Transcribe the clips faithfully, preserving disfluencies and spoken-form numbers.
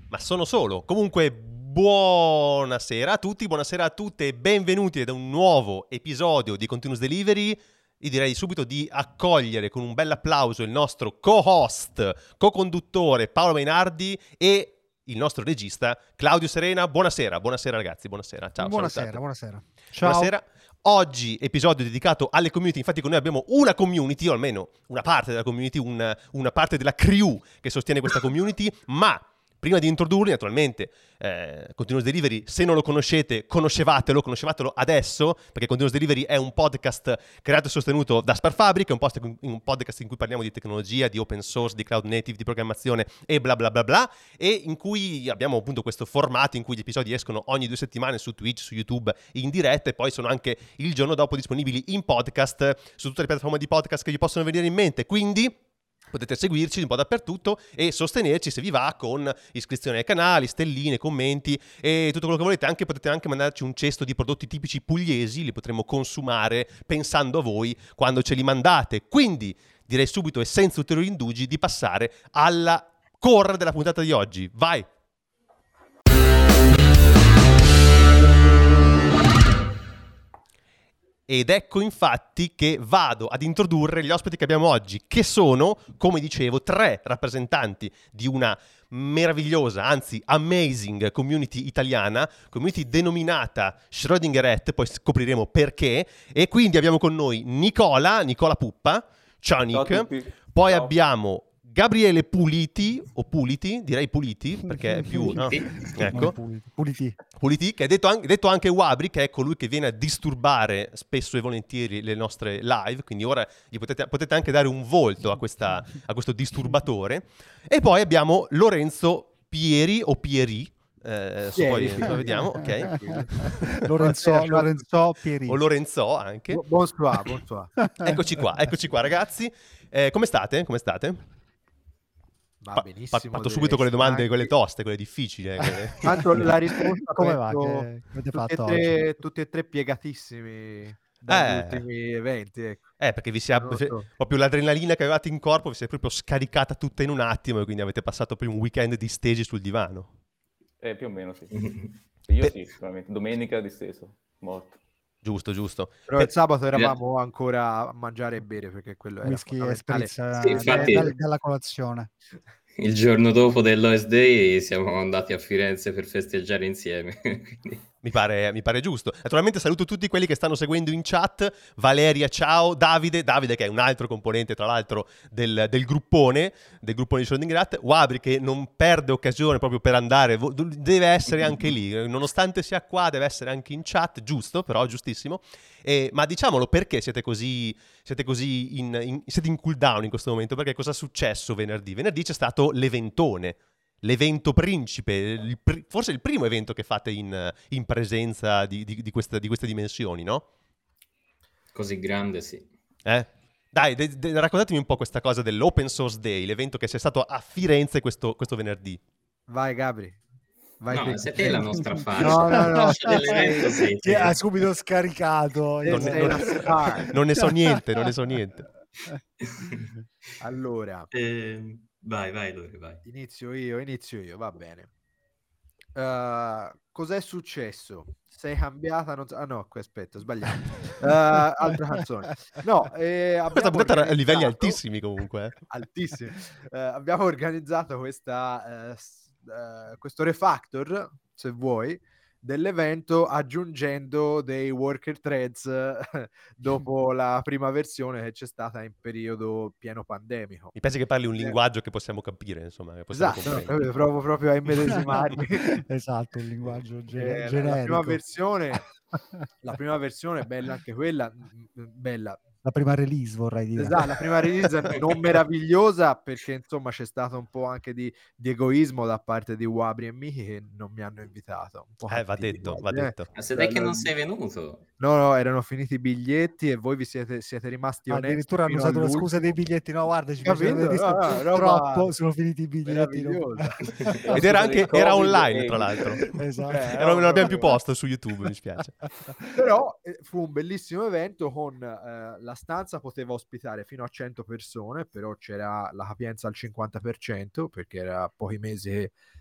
ma sono solo. Comunque, buonasera a tutti, buonasera a tutte e benvenuti ad un nuovo episodio di Continuous Delivery. Io direi subito di accogliere con un bel applauso il nostro co-host, co-conduttore Paolo Mainardi e il nostro regista Claudio Serena. Buonasera, buonasera ragazzi, buonasera. Ciao, buonasera, salutate. buonasera. Ciao. Buonasera. Oggi episodio dedicato alle community, infatti con noi abbiamo una community, o almeno una parte della community, una, una parte della crew che sostiene questa community, ma prima di introdurli, naturalmente, eh, Continuous Delivery, se non lo conoscete, conoscevatelo, conoscevatelo adesso, perché Continuous Delivery è un podcast creato e sostenuto da Sparfabric, è un, post- un podcast in cui parliamo di tecnologia, di open source, di cloud native, di programmazione e bla bla bla bla, e in cui abbiamo appunto questo formato in cui gli episodi escono ogni due settimane su Twitch, su YouTube, in diretta, e poi sono anche il giorno dopo disponibili in podcast su tutte le piattaforme di podcast che vi possono venire in mente, quindi potete seguirci un po' dappertutto e sostenerci se vi va con iscrizione ai canali, stelline, commenti e tutto quello che volete. Anche potete anche mandarci un cesto di prodotti tipici pugliesi, li potremo consumare pensando a voi quando ce li mandate. Quindi direi subito e senza ulteriori indugi di passare alla core della puntata di oggi. Vai! Ed ecco infatti che vado ad introdurre gli ospiti che abbiamo oggi, che sono, come dicevo, tre rappresentanti di una meravigliosa, anzi amazing community italiana, community denominata Schrödingeret, poi scopriremo perché, e quindi abbiamo con noi Nicola, Nicola Puppa, ciao Nick, ciao a tutti. Poi Ciao. abbiamo Gabriele Puliti, o Puliti, direi Puliti, perché è più, no? Ecco, Puliti. Puliti, che è detto anche, detto anche Wabri, che è colui che viene a disturbare spesso e volentieri le nostre live, quindi ora gli potete, potete anche dare un volto a, questa, a questo disturbatore. E poi abbiamo Lorenzo Pieri, o Pieri, eh, so poi, poi vediamo, ok. Lorenzo, Lorenzo Pieri. O Lorenzo anche. Bu- Bonsoir, bonsoir. Eccoci qua, eccoci qua ragazzi. Eh, come state? Come state? Va Pa- benissimo. pa- parto subito con le domande, anche... quelle toste, quelle difficili. Eh, quelle... Tanto la risposta come va? penso, Che avete tutti, fatto e tre, oggi? tutti e tre piegatissimi dagli Eh. ultimi eventi. Ecco. Eh, perché vi si ha Non lo se- so. proprio l'adrenalina che avevate in corpo vi si è proprio scaricata tutta in un attimo, e quindi avete passato poi un weekend distesi sul divano. Eh, più o meno sì. Io Beh. sì, sicuramente. Domenica disteso, morto. Giusto, giusto. Però Beh, il sabato eravamo ancora a mangiare e bere perché quello era Whisky e fondamentale. spritz Sì, eh, infatti- dal- dalla colazione. Il giorno dopo dell'O S Day siamo andati a Firenze per festeggiare insieme. Quindi- Mi pare, mi pare giusto. Naturalmente saluto tutti quelli che stanno seguendo in chat. Valeria, ciao. Davide, Davide che è un altro componente tra l'altro del, del gruppone, del gruppone di Schrödingeret. Wabri che non perde occasione proprio per andare, vo- deve essere anche lì, nonostante sia qua deve essere anche in chat, giusto, però giustissimo. Eh, ma diciamolo, perché siete così, siete così in, in, siete in cooldown in questo momento? Perché cosa è successo venerdì? Venerdì c'è stato l'eventone. L'evento principe, il pri- forse il primo evento che fate in, in presenza di, di, di, questa, di queste dimensioni, no? Così grande, sì. Eh? Dai, de- de- raccontatemi un po' questa cosa dell'Open Source Day, l'evento che c'è stato a Firenze questo, questo venerdì. Vai Gabri. Vai No, te. se te la nostra faccia. No, no, no. Faccia dell'evento sei Che te. ha subito scaricato. Te Non ne- sei non- la star. Non ne so niente, non ne so niente. Allora, Eh, vai, vai, Lore, vai. inizio io, inizio io, va bene. Uh, cos'è successo? Sei cambiata? Non so- Ah no, qui aspetta, ho sbagliato. Uh, altra canzone. No, eh, Questa abbiamo puntata era a livelli organizzato- altissimi comunque. eh. altissimi. Eh, abbiamo organizzato questa, eh, s- eh, questo refactor, se vuoi, dell'evento aggiungendo dei worker threads eh, dopo la prima versione che c'è stata in periodo pieno pandemico. Mi pensi che parli un Eh. linguaggio che possiamo capire, insomma, che possiamo Esatto, no, comprendere. proprio, provo proprio a immedesimarmi. Esatto, un linguaggio ge- Eh, la- generico. la prima versione la prima versione è bella anche quella, m- m- bella. La prima release, vorrei dire. Esatto, la prima release non meravigliosa perché insomma c'è stato un po' anche di, di egoismo da parte di Wabri e Miki che non mi hanno invitato. Un po' Eh, va cattivi, detto, va eh. detto. Ma se dai che non sei venuto? No, no, erano finiti i biglietti e voi vi siete, siete rimasti onesti. Addirittura hanno fino usato la all'ultimo. scusa dei biglietti. No, guarda, ci Capito? facevano vedere Ah, ah, roba troppo, sono finiti i biglietti. no? meravigliosa. Ed era anche era Covid online, e- tra l'altro. Esatto. Eh, Era- non abbiamo più proprio- posto su YouTube, mi spiace. Però eh, fu un bellissimo evento con eh, la stanza poteva ospitare fino a cento persone, però c'era la capienza al cinquanta per cento perché era pochi mesi che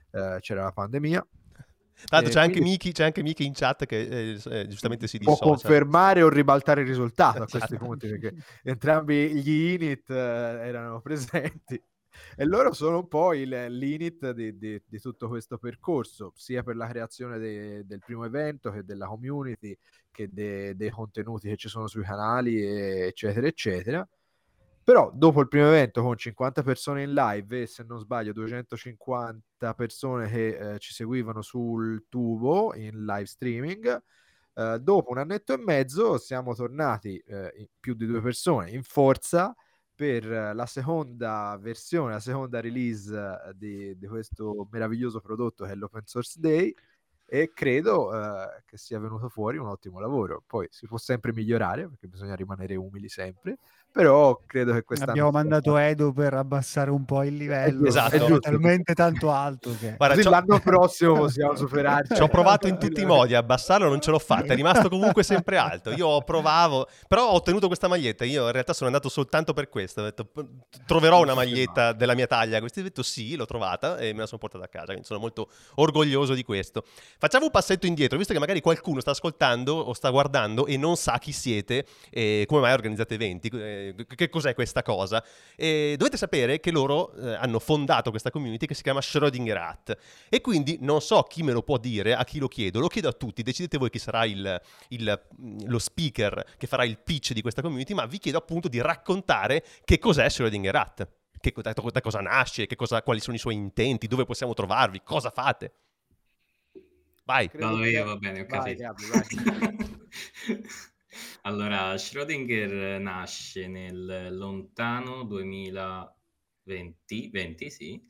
eh, c'era la pandemia. Tra l'altro Eh, c'è, anche quindi- Miki, c'è anche Miki in chat che eh, eh, giustamente si può dissocia. confermare o ribaltare il risultato a questi Esatto. punti, perché entrambi gli init eh, erano presenti e loro sono un po' il, l'init di, di, di tutto questo percorso, sia per la creazione de, del primo evento che della community, che de, dei contenuti che ci sono sui canali, e, eccetera eccetera. Però dopo il primo evento con cinquanta persone in live e, se non sbaglio, duecentocinquanta persone che eh, ci seguivano sul tubo in live streaming, eh, dopo un annetto e mezzo siamo tornati eh, in più di due persone in forza per eh, la seconda versione, la seconda release eh, di, di questo meraviglioso prodotto che è l'Open Source Day, e credo eh, che sia venuto fuori un ottimo lavoro. Poi si può sempre migliorare, perché bisogna rimanere umili sempre, però credo che quest'anno Abbiamo sia mandato stato- Edo per abbassare un po' il livello, Esatto. perché È è giusto. talmente tanto alto che... Guarda, così c'ho- l'anno prossimo possiamo superarci. Ci ho provato in tutti i modi a abbassarlo, non ce l'ho fatta, è rimasto comunque sempre alto. Io provavo, però ho ottenuto questa maglietta. Io in realtà sono andato soltanto per questo. Ho detto, "P- troverò una maglietta della mia taglia." Questi ho detto sì, l'ho trovata e me la sono portata a casa. Quindi sono molto orgoglioso di questo. Facciamo un passetto indietro, visto che magari qualcuno sta ascoltando o sta guardando e non sa chi siete e come mai organizzate eventi, eh, che cos'è questa cosa. E dovete sapere che loro eh, hanno fondato questa community che si chiama Schrödinger Hat. E quindi non so chi me lo può dire, a chi lo chiedo, lo chiedo a tutti, decidete voi chi sarà il, il, lo speaker che farà il pitch di questa community, ma vi chiedo appunto di raccontare che cos'è Schrödinger Hat, che, da, da cosa nasce, che cosa, quali sono i suoi intenti, dove possiamo trovarvi, cosa fate. Vai. Credo Vado che- io, va bene, ho Vai, capito. Gabri, vai. Allora, Schrödinger nasce nel lontano duemilaventi, venti, sì,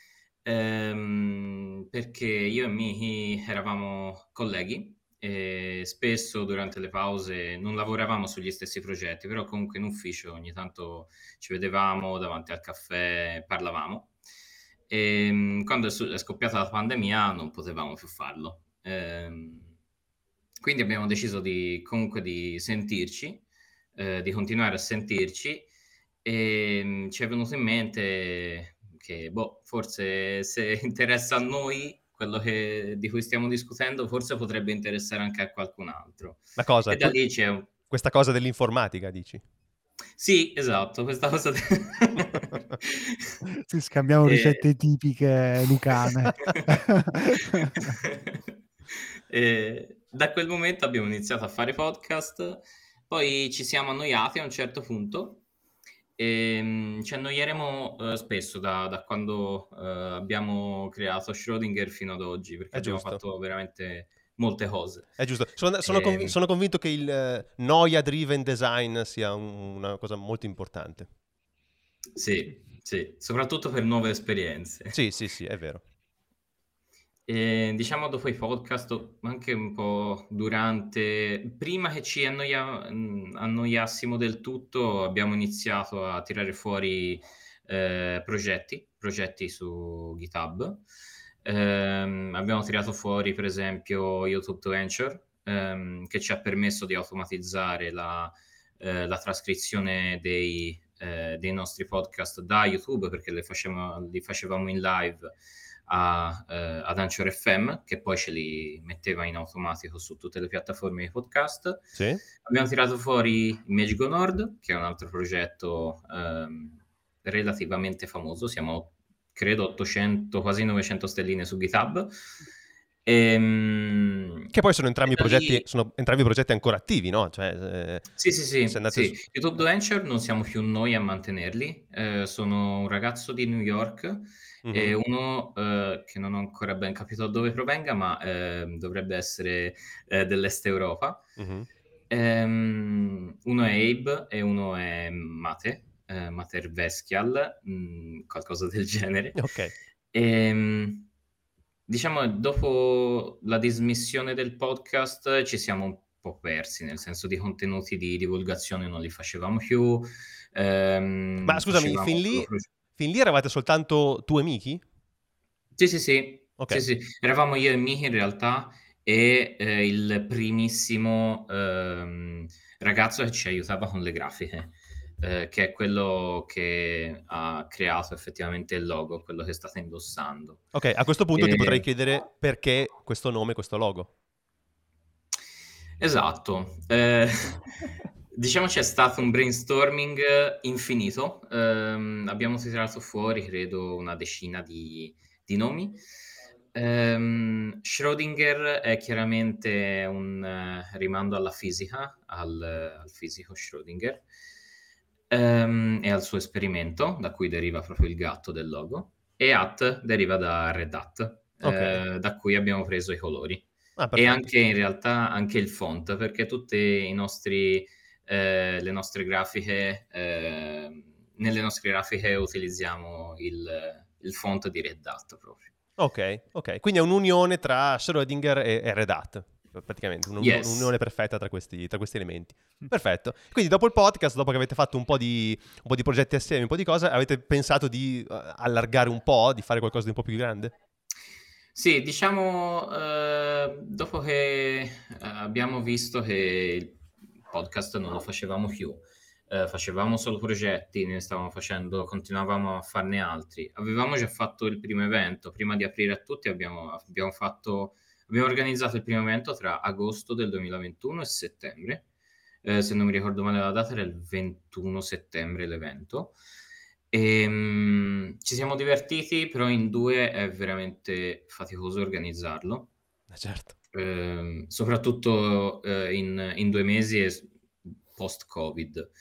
ehm, perché io e Miki eravamo colleghi e spesso durante le pause non lavoravamo sugli stessi progetti, però comunque in ufficio ogni tanto ci vedevamo davanti al caffè, parlavamo. E quando è, su- è scoppiata la pandemia non potevamo più farlo. Ehm, quindi abbiamo deciso di comunque di sentirci, eh, di continuare a sentirci, e mh, ci è venuto in mente che boh, forse se interessa a noi quello che, di cui stiamo discutendo, forse potrebbe interessare anche a qualcun altro. La cosa, E da que- lì c'è un... questa cosa dell'informatica, dici? Sì, esatto, questa cosa... de- Sì, scambiamo E- ricette tipiche lucane. E da quel momento abbiamo iniziato a fare podcast, poi ci siamo annoiati a un certo punto e mh, ci annoieremo eh, spesso da, da quando eh, abbiamo creato Schrödinger fino ad oggi, perché È abbiamo giusto. fatto veramente molte cose. È giusto. Sono, sono, E- conv- sono convinto che il eh, noia-driven design sia un- una cosa molto importante. Sì, sì, soprattutto per nuove esperienze. Sì, sì, sì, è vero. E, diciamo dopo i podcast, o anche un po' durante, prima che ci annoia- mh, annoiassimo del tutto, abbiamo iniziato a tirare fuori eh, progetti, progetti su GitHub. Ehm, abbiamo tirato fuori per esempio YouTube to Venture, ehm, che ci ha permesso di automatizzare la, eh, la trascrizione dei, eh, dei nostri podcast da YouTube, perché le facevamo, li facevamo in live a, eh, ad Anchor F M, che poi ce li metteva in automatico su tutte le piattaforme di podcast. Sì? Abbiamo tirato fuori Magico Nord, che è un altro progetto ehm, relativamente famoso, siamo credo ottocento, quasi novecento stelline su GitHub. Ehm, Che poi sono entrambi e da progetti, lì- sono entrambi progetti ancora attivi, no? Cioè, eh, Sì, sì, sì, se andate sì. su- YouTube The Venture non siamo più noi a mantenerli, eh, sono un ragazzo di New York e Mhm. uno eh, che non ho ancora ben capito da dove provenga, ma eh, dovrebbe essere eh, dell'Est Europa. Mhm. Ehm, uno è Abe e uno è Mate, eh, Mater Veschial, mh, qualcosa del genere. Ok. Ehm, diciamo, dopo la dismissione del podcast ci siamo un po' persi, nel senso di contenuti di divulgazione non li facevamo più. ehm, Ma scusami, facevamo fin solo lì, pro- fin lì eravate soltanto tu e Miki? Sì, sì, sì, Ok. sì, sì. Eravamo io e Miki in realtà e eh, il primissimo ehm, ragazzo che ci aiutava con le grafiche. eh, che è quello che ha creato effettivamente il logo, quello che state indossando. Ok, a questo punto E- ti potrei chiedere perché questo nome, questo logo. Esatto. Eh, diciamo c'è stato un brainstorming infinito. Ehm, abbiamo tirato fuori, credo, una decina di, di nomi. Ehm, Schrödinger è chiaramente un eh, rimando alla fisica, al, al fisico Schrödinger, ehm, e al suo esperimento, da cui deriva proprio il gatto del logo, e Hat deriva da Red Hat, Ok. eh, da cui abbiamo preso i colori. Ah, E perfetto. anche in realtà anche il font, perché tutte i nostri, eh, le nostre grafiche, eh, nelle nostre grafiche utilizziamo il, il font di Red Hat proprio. Ok, ok. Quindi è un'unione tra Schrödinger e, e Red Hat, praticamente, un- Yes. un'unione perfetta tra questi, tra questi elementi. Perfetto. Quindi dopo il podcast, dopo che avete fatto un po' di, un po' di progetti assieme, un po' di cose, avete pensato di uh, allargare un po', di fare qualcosa di un po' più grande? Sì, diciamo, eh, dopo che eh, abbiamo visto che il podcast non lo facevamo più, eh, facevamo solo progetti, ne stavamo facendo, continuavamo a farne altri. Avevamo già fatto il primo evento, prima di aprire a tutti abbiamo, abbiamo fatto, abbiamo organizzato il primo evento tra agosto del duemilaventuno e settembre. Eh, se non mi ricordo male la data era il ventuno settembre l'evento. E, mm, ci siamo divertiti, però in due è veramente faticoso organizzarlo, Eh, certo. ehm, soprattutto eh, in, in due mesi e s- post-Covid.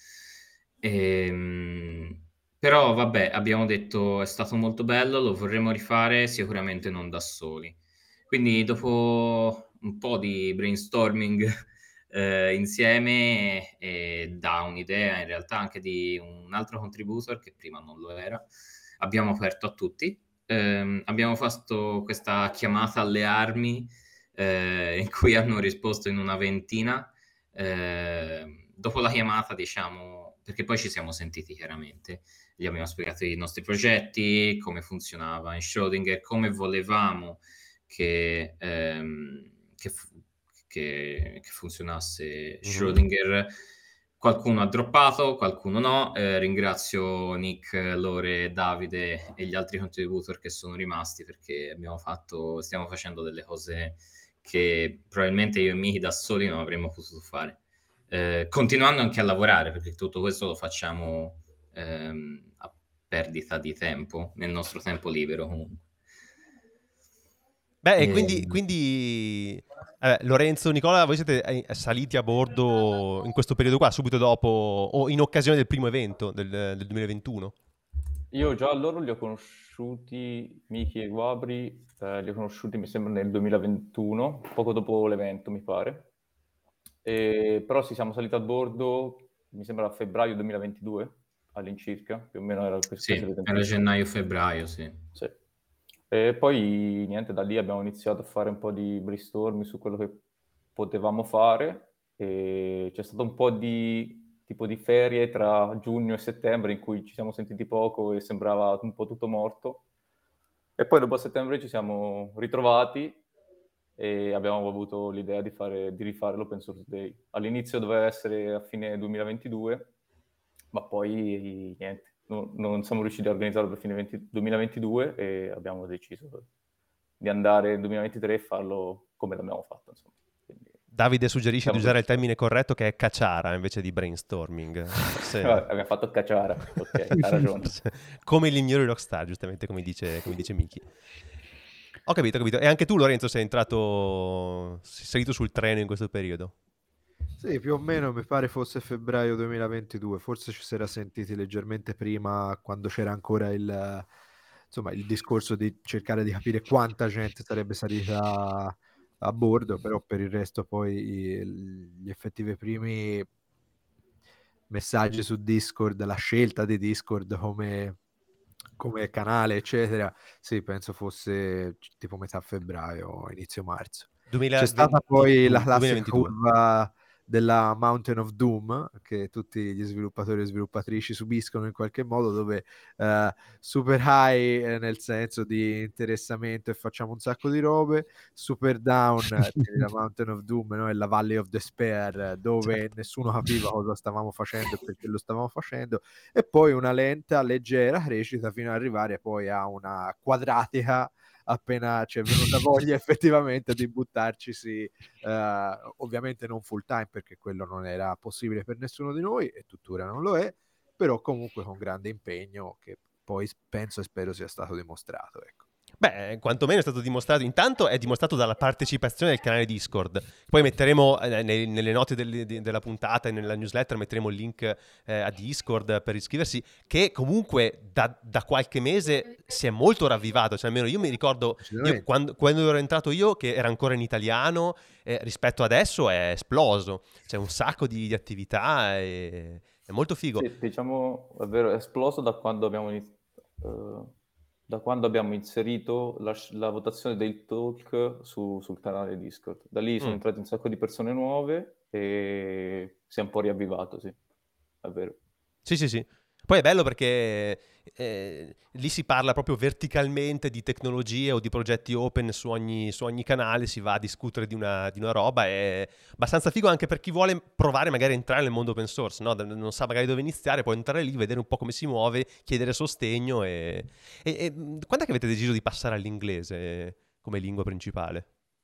Ehm, però vabbè, abbiamo detto è stato molto bello, lo vorremmo rifare, sicuramente non da soli. Quindi dopo un po' di brainstorming eh, insieme e da un'idea in realtà anche di un altro contributor che prima non lo era, abbiamo aperto a tutti. Ehm, abbiamo fatto questa chiamata alle armi eh, in cui hanno risposto in una ventina. Eh, dopo la chiamata, diciamo, perché poi ci siamo sentiti chiaramente, gli abbiamo spiegato i nostri progetti, come funzionava in Schrödinger, come volevamo che, ehm, che, fu- che- che funzionasse Mhm. Schrödinger. Qualcuno ha droppato, qualcuno no. Eh, ringrazio Nick, Lore, Davide e gli altri contributor che sono rimasti perché abbiamo fatto, stiamo facendo delle cose che probabilmente io e Miki da soli non avremmo potuto fare. Eh, continuando anche a lavorare, perché tutto questo lo facciamo ehm, a perdita di tempo, nel nostro tempo libero comunque. Beh, e E- quindi, quindi eh, Lorenzo, Nicola, voi siete eh, saliti a bordo in questo periodo qua, subito dopo, o in occasione del primo evento del, del duemilaventuno? Io già loro li ho conosciuti, Miki e Guabri, eh, li ho conosciuti mi sembra nel duemilaventuno, poco dopo l'evento mi pare. E, però sì, siamo saliti a bordo, mi sembra a febbraio duemilaventidue, all'incirca, più o meno era questo Sì, questo era gennaio-febbraio, sì. Sì. E poi niente, da lì abbiamo iniziato a fare un po' di brainstorming su quello che potevamo fare e c'è stato un po' di tipo di ferie tra giugno e settembre in cui ci siamo sentiti poco e sembrava un po' tutto morto. E poi dopo settembre ci siamo ritrovati e abbiamo avuto l'idea di, fare, di rifare l'Open Source Day. All'inizio doveva essere a fine duemilaventidue, ma poi niente, non, non siamo riusciti a organizzarlo per fine venti duemilaventidue e abbiamo deciso di andare nel duemilaventitré e farlo come l'abbiamo fatto, insomma. Quindi, Davide suggerisce siamo di usare il riusciti. termine corretto che è cacciara invece di brainstorming. Se- Vabbè, abbiamo fatto cacciara, ok, ha ragione. come il migliore rockstar, giustamente come dice, come dice Miki. Ho capito, ho capito. E anche tu, Lorenzo, sei entrato, sei salito sul treno in questo periodo? Sì, più o meno mi pare fosse febbraio duemilaventidue, forse ci si era sentiti leggermente prima quando c'era ancora il, insomma, il discorso di cercare di capire quanta gente sarebbe salita a bordo, però per il resto poi i- gli effettivi primi messaggi su Discord, la scelta di Discord come, come canale, eccetera, sì, penso fosse tipo metà febbraio, inizio marzo. C'è stata poi la duemilaventidue, classica duemilaventidue. curva della Mountain of Doom che tutti gli sviluppatori e sviluppatrici subiscono in qualche modo, dove uh, super high eh, nel senso di interessamento e facciamo un sacco di robe, super down quindi la Mountain of Doom, no? E la Valley of Despair, dove certo. nessuno capiva cosa stavamo facendo e perché lo stavamo facendo, e poi una lenta leggera crescita fino ad arrivare poi a una quadratica appena ci è venuta voglia effettivamente di buttarcisi, uh, ovviamente non full time perché quello non era possibile per nessuno di noi e tuttora non lo è, però comunque con grande impegno che poi penso e spero sia stato dimostrato, ecco. Beh, quantomeno è stato dimostrato, intanto è dimostrato dalla partecipazione del canale Discord, poi metteremo eh, nei, nelle note del, de, della puntata e nella newsletter metteremo il link eh, a Discord per iscriversi, che comunque da, da qualche mese si è molto ravvivato, cioè almeno io mi ricordo io, quando, quando ero entrato io che era ancora in italiano, eh, rispetto adesso è esploso, c'è un sacco di, di attività e è molto figo. Sì, diciamo, è vero, è esploso da quando abbiamo iniziato. Uh... da quando abbiamo inserito la, la votazione dei talk su, sul canale Discord. Da lì sono mm. entrate un sacco di persone nuove e si è un po' riavvivato, sì, è vero. Sì, sì, sì. Poi è bello perché eh, lì si parla proprio verticalmente di tecnologie o di progetti open su ogni, su ogni canale, si va a discutere di una, di una roba, è abbastanza figo anche per chi vuole provare magari a entrare nel mondo open source, no? Non sa magari dove iniziare, può entrare lì, vedere un po' come si muove, chiedere sostegno e... e, e quando è che avete deciso di passare all'inglese come lingua principale?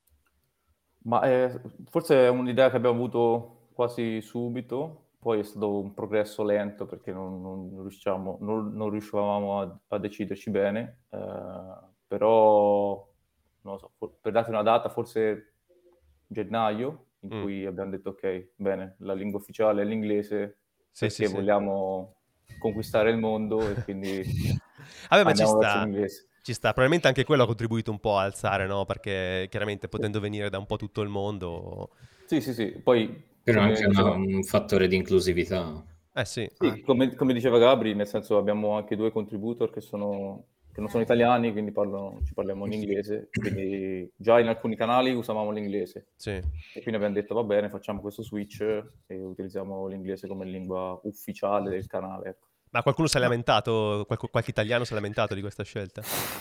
Ma è, forse è un'idea che abbiamo avuto quasi subito. Poi è stato un progresso lento perché non, non, riusciamo, non, non riuscivamo a, a deciderci bene, eh, però non so, per darti una data, forse gennaio, in mm. cui abbiamo detto ok, bene, la lingua ufficiale è l'inglese, sì, perché sì, vogliamo sì. conquistare il mondo e quindi Vabbè, ma ci sta. Ci sta, probabilmente anche quello ha contribuito un po' a alzare, no? Perché chiaramente potendo venire da un po' tutto il mondo... Sì, sì, sì, poi... Però anche una, un fattore di inclusività. Eh sì. sì ah. come, come diceva Gabri, nel senso abbiamo anche due contributor che, sono, che non sono italiani, quindi parlano, ci parliamo in inglese, quindi già in alcuni canali usavamo l'inglese. Sì. E quindi abbiamo detto va bene, facciamo questo switch e utilizziamo l'inglese come lingua ufficiale del canale. Ecco. Ma qualcuno si è lamentato, qualche, qualche italiano si è lamentato di questa scelta?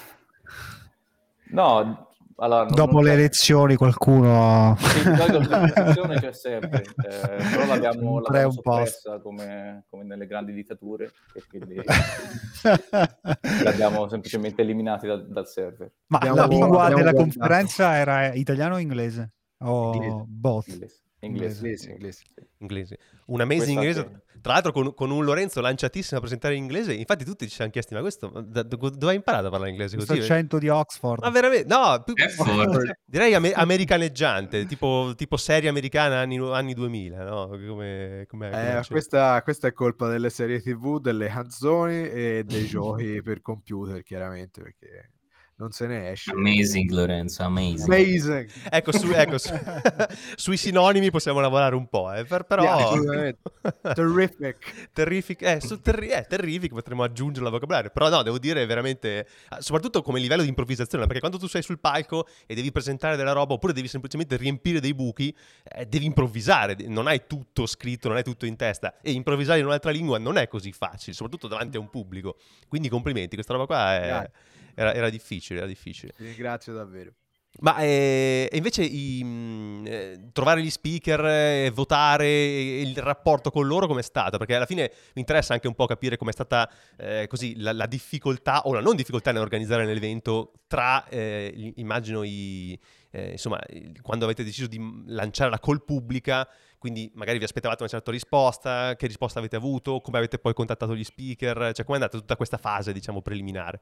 No, allora, non, dopo non le c'è... elezioni qualcuno sì, di solito l'opposizione c'è sempre, eh, però l'abbiamo, l'abbiamo soppressa come, come nelle grandi dittature e quindi l'abbiamo semplicemente eliminati da, dal server. Ma abbiamo, la lingua della guardato. conferenza era italiano o inglese? O inglese. both? Inglese. Inglese. Inglese. Inglese. Inglese. Un amazing inglese, che... tra l'altro con, con un Lorenzo lanciatissimo a presentare in inglese, infatti tutti ci hanno chiesti ma questo da, da, dove hai imparato a parlare inglese così? Questo accento di Oxford. Ma veramente? No, più, è forte. direi am- americaneggiante, tipo, tipo serie americana anni, anni duemila, no? Come, come, come eh, questa, questa è colpa delle serie tv, delle canzoni e dei giochi per computer, chiaramente, perché non se ne esce. Amazing, Lorenzo, amazing. Amazing. Ecco, su, ecco su, sui sinonimi possiamo lavorare un po', eh, per, però... Yeah, terrific. Terrific, eh, su terri- eh, terrific potremmo aggiungere al vocabolario, però no, devo dire veramente, soprattutto come livello di improvvisazione, perché quando tu sei sul palco e devi presentare della roba oppure devi semplicemente riempire dei buchi, eh, devi improvvisare, non hai tutto scritto, non hai tutto in testa, e improvvisare in un'altra lingua non è così facile, soprattutto davanti a un pubblico, quindi complimenti, questa roba qua è... Era, era difficile, era difficile. Ti ringrazio davvero. Ma eh, invece i, mh, eh, trovare gli speaker, eh, votare, eh, il rapporto con loro com'è stato? Perché alla fine mi interessa anche un po' capire com'è stata eh, così la, la difficoltà o la non difficoltà nell'organizzare l'evento tra, eh, immagino, i, eh, insomma, quando avete deciso di lanciare la call pubblica, quindi magari vi aspettavate una certa risposta, che risposta avete avuto, come avete poi contattato gli speaker, cioè com'è andata tutta questa fase, diciamo, preliminare?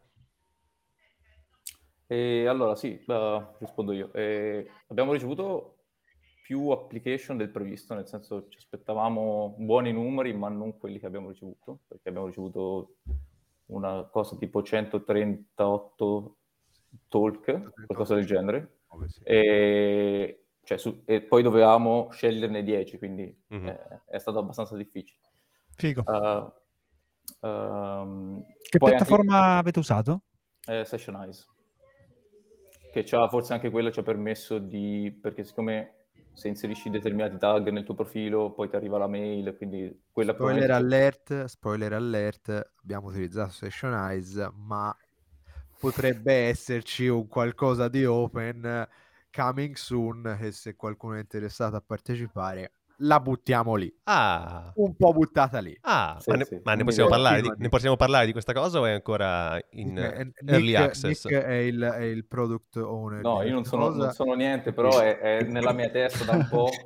E allora sì, uh, rispondo io. E abbiamo ricevuto più application del previsto, nel senso ci aspettavamo buoni numeri, ma non quelli che abbiamo ricevuto, perché abbiamo ricevuto una cosa tipo centotrentotto talk, qualcosa del genere, e, cioè, su, e poi dovevamo sceglierne dieci, quindi mm-hmm. è, è stato abbastanza difficile. Figo. Uh, um, che piattaforma anche, avete usato? Eh, Sessionize. Che c'ha, forse anche quello ci ha permesso di, perché siccome se inserisci determinati tag nel tuo profilo, poi ti arriva la mail, quindi quella Spoiler probabilmente- alert, spoiler alert, abbiamo utilizzato Session Eyes, ma potrebbe esserci un qualcosa di open eh, coming soon, e se qualcuno è interessato a partecipare, la buttiamo lì. Ah, Un po' buttata lì. ah Sì, ma, ne, sì, ma ne non possiamo mi parlare di, continua ne di- possiamo parlare di questa cosa o è ancora in Eh, eh, Nick, early access? Nick è il, è il product owner. No, di io non questa sono, cosa. non sono niente, però è, è nella mia testa da un po'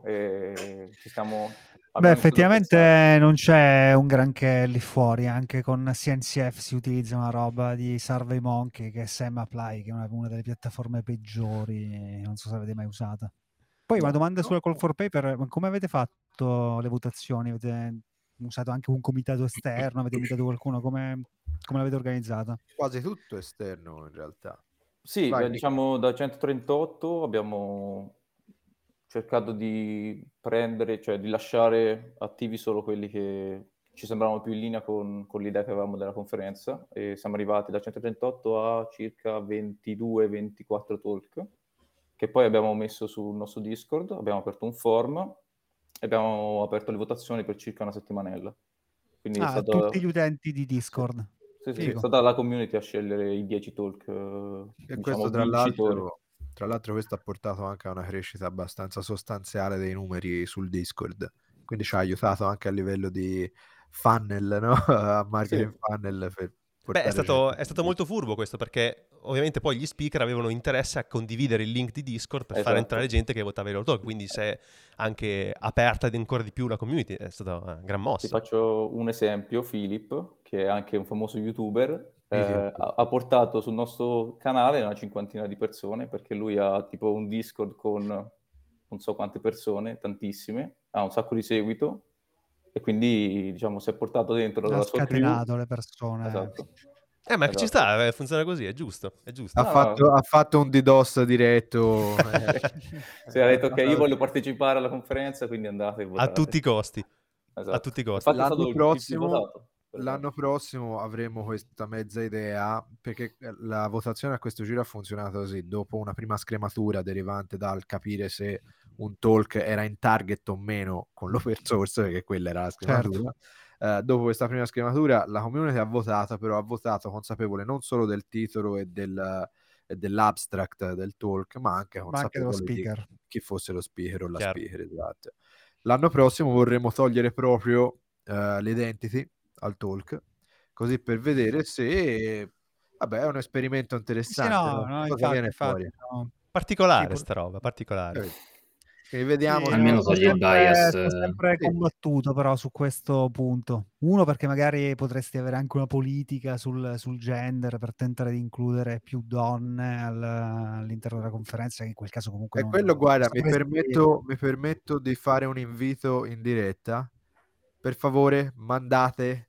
e ci stiamo... Beh, abbiamo iniziato a pensare. effettivamente non c'è un granché lì fuori, anche con C N C F si utilizza una roba di SurveyMonkey che è SemApply, che è una, una delle piattaforme peggiori, non so se avete mai usata. Poi una No, domanda no. sulla Call for Paper, ma come avete fatto le votazioni? Avete usato anche un comitato esterno? Avete invitato qualcuno? Come, come l'avete organizzata? Quasi tutto esterno in realtà. Sì, Vai, eh, Nick. diciamo da centotrentotto abbiamo cercato di prendere, cioè di lasciare attivi solo quelli che ci sembravano più in linea con, con l'idea che avevamo della conferenza e siamo arrivati da centotrentotto a circa ventidue ventiquattro talk che poi abbiamo messo sul nostro Discord, abbiamo aperto un forum e abbiamo aperto le votazioni per circa una settimanella. Quindi è Ah, stato... tutti gli utenti di Discord. Sì, sì, sì, è Figo. stata la community a scegliere i dieci talk, eh, E diciamo, questo tra vincitori. l'altro, tra l'altro questo ha portato anche a una crescita abbastanza sostanziale dei numeri sul Discord, quindi ci ha aiutato anche a livello di funnel, no? A marketing Sì. funnel per Beh, portare è stato, gente è stato sul molto furbo questo, perché ovviamente poi gli speaker avevano interesse a condividere il link di Discord per far Esatto. entrare gente che votava i loro talk, quindi si è anche aperta di ancora di più la community, è stata una gran Ti mossa. faccio un esempio, Philip, che è anche un famoso youtuber, eh, Video. ha, ha portato sul nostro canale una cinquantina di persone, perché lui ha tipo un Discord con non so quante persone, tantissime, ha un sacco di seguito, e quindi diciamo si è portato dentro Ha la sua crew. scatenato le persone. Esatto. Eh, ma ci Esatto. sta, eh, funziona così, è giusto, è giusto. Ha, No, fatto, no. ha fatto un DDoS diretto. eh. Sì, ha detto che io voglio partecipare alla conferenza, quindi andate e A votate. tutti i costi. Esatto. A tutti i costi. Infatti è stato L'anno il più prossimo, votato, per l'anno prossimo avremo questa mezza idea, perché la votazione a questo giro ha funzionato così: dopo una prima scrematura derivante dal capire se un talk era in target o meno con l'open source, perché quella era la scrematura. Uh, dopo questa prima scrematura la community ha votato, però ha votato consapevole non solo del titolo e, del, e dell'abstract del talk, ma anche Ma anche dello consapevole di speaker. chi fosse lo speaker o la Chiaro. speaker, esatto. L'anno prossimo vorremmo togliere proprio uh, l'identity al talk, così per vedere se vabbè è un esperimento interessante, Sì, no, no? no, Cosa infatti, viene infatti, fuori. no. Particolare Sì, sta roba, particolare. Eh, Quindi vediamo Sì, se- Almeno no, togli sono il sempre, bias, sono eh. sempre Sì. combattuto però su questo punto. Uno, perché magari potresti avere anche una politica sul, sul gender per tentare di includere più donne al- all'interno della conferenza, che in quel caso comunque E non, quello, guarda, non mi sapresti permetto, mi permetto di fare un invito in diretta. Per favore, mandate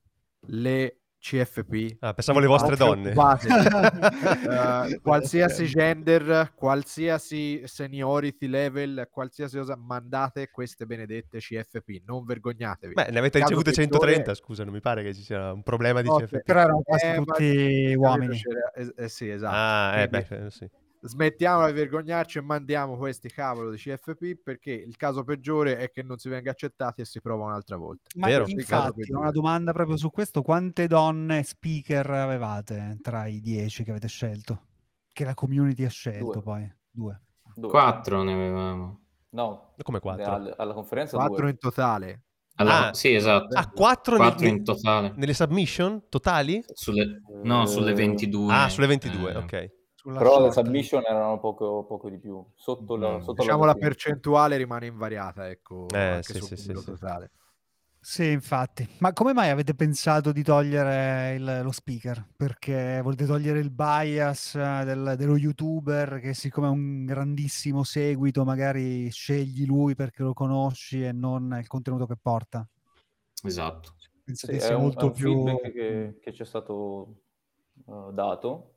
le C F P. Ah, pensavo le vostre Non donne. preoccupatevi. Eh, qualsiasi gender, qualsiasi seniority level, qualsiasi cosa, mandate queste benedette C F P. Non vergognatevi. Beh, ne avete Caso ricevute peggiore- centotrenta, scusa, non mi pare che ci sia un problema di No, C F P. Però erano quasi Eh, ma- tutti capito, uomini. c'era- eh, eh, sì, esatto. Ah, eh, Quindi- beh, eh, sì. smettiamola di vergognarci e mandiamo questi cavolo di C F P, perché il caso peggiore è che non si venga accettati e si prova un'altra volta. Ma Vero. Questo è il caso infatti, peggiore. una domanda proprio su questo: quante donne speaker avevate tra i dieci che avete scelto? Che la community ha scelto Due. poi? Due. Due. Quattro ne avevamo. No, Come quattro? Alla, alla conferenza Quattro due. in totale. Allora, Ah. sì, esatto. Ah, quattro, Quattro nel- in totale. nelle submission totali? Sulle, no, sulle ventidue. Ah, sulle ventidue, eh, ok. Sulla Però le short. submission erano poco, poco di più. Sotto la, Mm. sotto Diciamo la ventina. percentuale rimane invariata, ecco, Eh, anche sì, sul sì, numero sì, sì. totale. Sì, infatti. Ma come mai avete pensato di togliere il- lo speaker? Perché volete togliere il bias eh, del- dello youtuber che, siccome ha un grandissimo seguito, magari scegli lui perché lo conosci e non il contenuto che porta? Esatto. Pensate Sì, sia è un, è molto un più... feedback che, che ci è stato uh, dato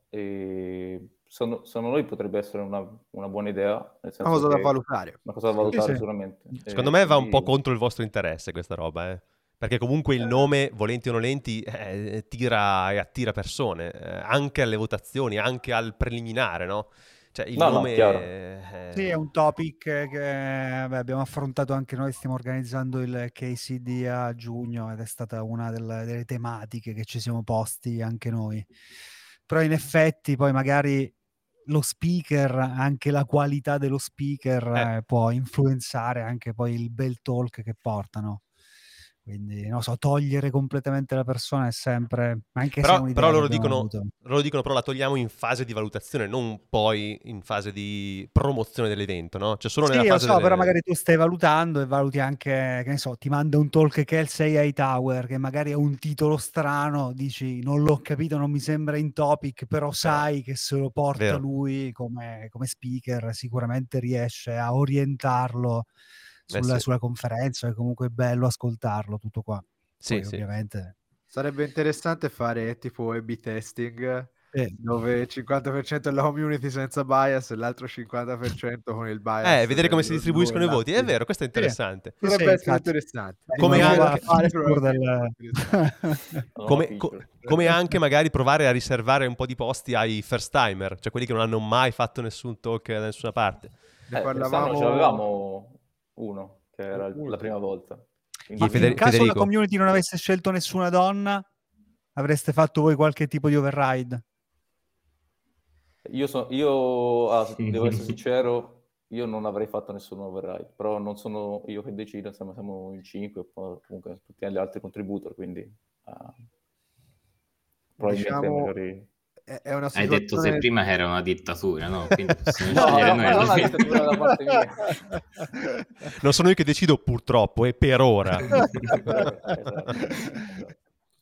e secondo, secondo noi potrebbe essere una, una buona idea, nel senso Una cosa da che- valutare. una cosa da valutare Sì, sì. sicuramente. Secondo E me va un po' quindi- contro il vostro interesse questa roba, eh. Perché comunque il nome, volenti o nolenti, eh, tira e attira persone, eh, anche alle votazioni, anche al preliminare, no? Cioè, il No, no, nome chiaro. è... Sì, è un topic che vabbè, abbiamo affrontato anche noi, stiamo organizzando il K C D a giugno ed è stata una delle, delle tematiche che ci siamo posti anche noi. Però in effetti poi magari lo speaker, anche la qualità dello speaker Eh. eh, può influenzare anche poi il bel talk che portano. Quindi, non so, togliere completamente la persona è sempre... Anche se è Però, un'idea però che loro, abbiamo dicono, avuto. loro dicono però la togliamo in fase di valutazione, non poi in fase di promozione dell'evento, no? Cioè solo Sì, nella lo fase so, delle... però magari tu stai valutando e valuti anche, che ne so, ti manda un talk che è il sei A Tower, che magari ha un titolo strano, dici non l'ho capito, non mi sembra in topic, però sai che se lo porta Vero. lui come, come speaker sicuramente riesce a orientarlo Eh sulla, sì. sulla conferenza, è comunque bello ascoltarlo, tutto qua. Sì, Poi sì. ovviamente... Sarebbe interessante fare tipo A B testing Eh. dove il cinquanta per cento della community senza bias e l'altro cinquanta per cento con il bias. Eh, vedere come si del- distribuiscono i del- voti, è vero, questo è interessante. Sì, Potrebbe sì, essere infatti. interessante. Come Una nuova anche- fare feature probabilmente del... interessante. Come, No, co- feature. come anche magari provare a riservare un po' di posti ai first timer, cioè quelli che non hanno mai fatto nessun talk da nessuna parte. Ne Eh, quest'anno parlavamo. ce l'avevamo uno, che era il- Uno. la prima volta. Chi, Quindi Ma Feder- in caso Federico? la community non avesse scelto nessuna donna, avreste fatto voi qualche tipo di override? Io, so, io ah, devo essere sincero, io non avrei fatto nessun override, però non sono io che decido, insomma siamo in cinque, poi comunque tutti gli altri contributor, quindi ah, probabilmente Diciamo, magari... è è una Hai detto se situazione. prima che era una dittatura, no? Quindi possiamo No, scegliere no, noi ma alla non la fine. dittatura da parte mia. Non sono io che decido purtroppo, e per ora. Esatto, esatto.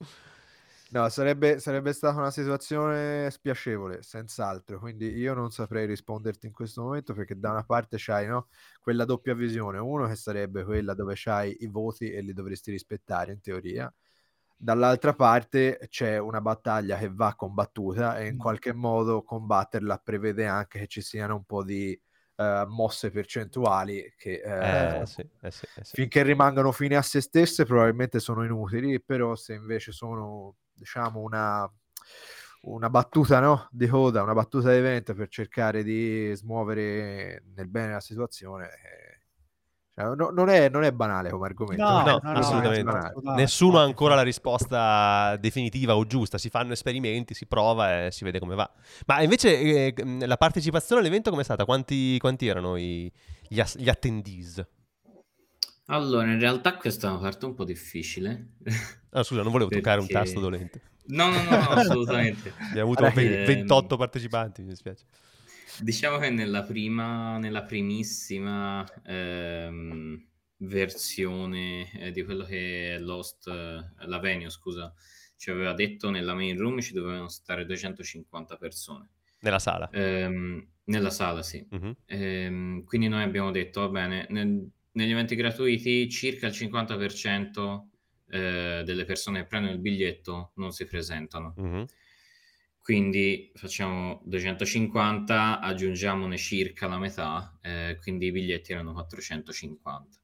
No, sarebbe, sarebbe stata una situazione spiacevole, senz'altro. Quindi io non saprei risponderti in questo momento perché da una parte c'hai, no, quella doppia visione. Uno che sarebbe quella dove c'hai i voti e li dovresti rispettare in teoria. Dall'altra parte c'è una battaglia che va combattuta e in qualche modo combatterla prevede anche che ci siano un po' di eh, mosse percentuali che eh, Eh, sì, eh sì, eh sì. finché rimangano fine a se stesse probabilmente sono inutili, però se invece sono, diciamo, una, una battuta, no, di coda, una battuta di evento per cercare di smuovere nel bene la situazione, eh, cioè, no- non, è, non è banale come argomento. No, No, no, no, assolutamente. banale. no, Nessuno ha infatti, ancora la infatti. risposta definitiva o giusta. Si fanno esperimenti, si prova e si vede come va. Ma invece eh, la partecipazione all'evento com'è stata? Quanti, quanti erano i- gli, as- gli attendees? Allora, in realtà questa è una parte un po' difficile. Ah, scusa, non volevo toccare un Perché- tasto dolente. No, no, no, no, assolutamente. Abbiamo avuto Allora, ve- ehm, ventotto partecipanti, mi dispiace. Diciamo che nella prima, nella primissima ehm, versione eh, di quello che è Lost, eh, la Venue, scusa, ci aveva detto nella main room ci dovevano stare duecentocinquanta persone. Nella sala. Ehm, nella sala, sì. Mhm. Ehm, quindi noi abbiamo detto, va bene, nel- negli eventi gratuiti circa il cinquanta per cento eh, delle persone che prendono il biglietto non si presentano. Mhm. Quindi facciamo duecentocinquanta, aggiungiamone circa la metà, eh, quindi i biglietti erano quattrocentocinquanta.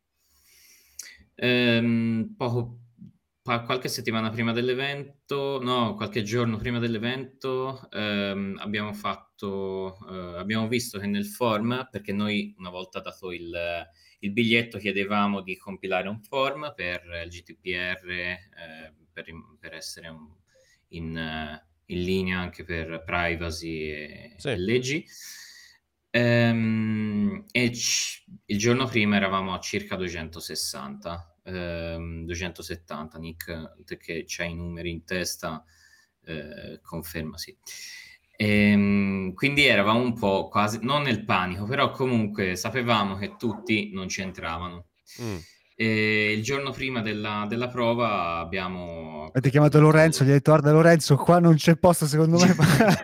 Ehm, poco, pa- qualche settimana prima dell'evento, no, qualche giorno prima dell'evento, ehm, abbiamo fatto, eh, abbiamo visto che nel form, perché noi una volta dato il, il biglietto chiedevamo di compilare un form per il G D P R, eh, per, per essere un- in, eh, in linea anche per privacy e, Sì. e leggi. Ehm, e c- il giorno prima eravamo a circa duecentosessanta, ehm, duecentosettanta. Nick, te che c'hai i numeri in testa, eh, conferma sì. Ehm, quindi eravamo un po' quasi, non nel panico, però comunque sapevamo che tutti non c'entravano. Mm. E il giorno prima della, della prova abbiamo... Avete chiamato Lorenzo, gli hai detto guarda Lorenzo, qua non c'è posto secondo me.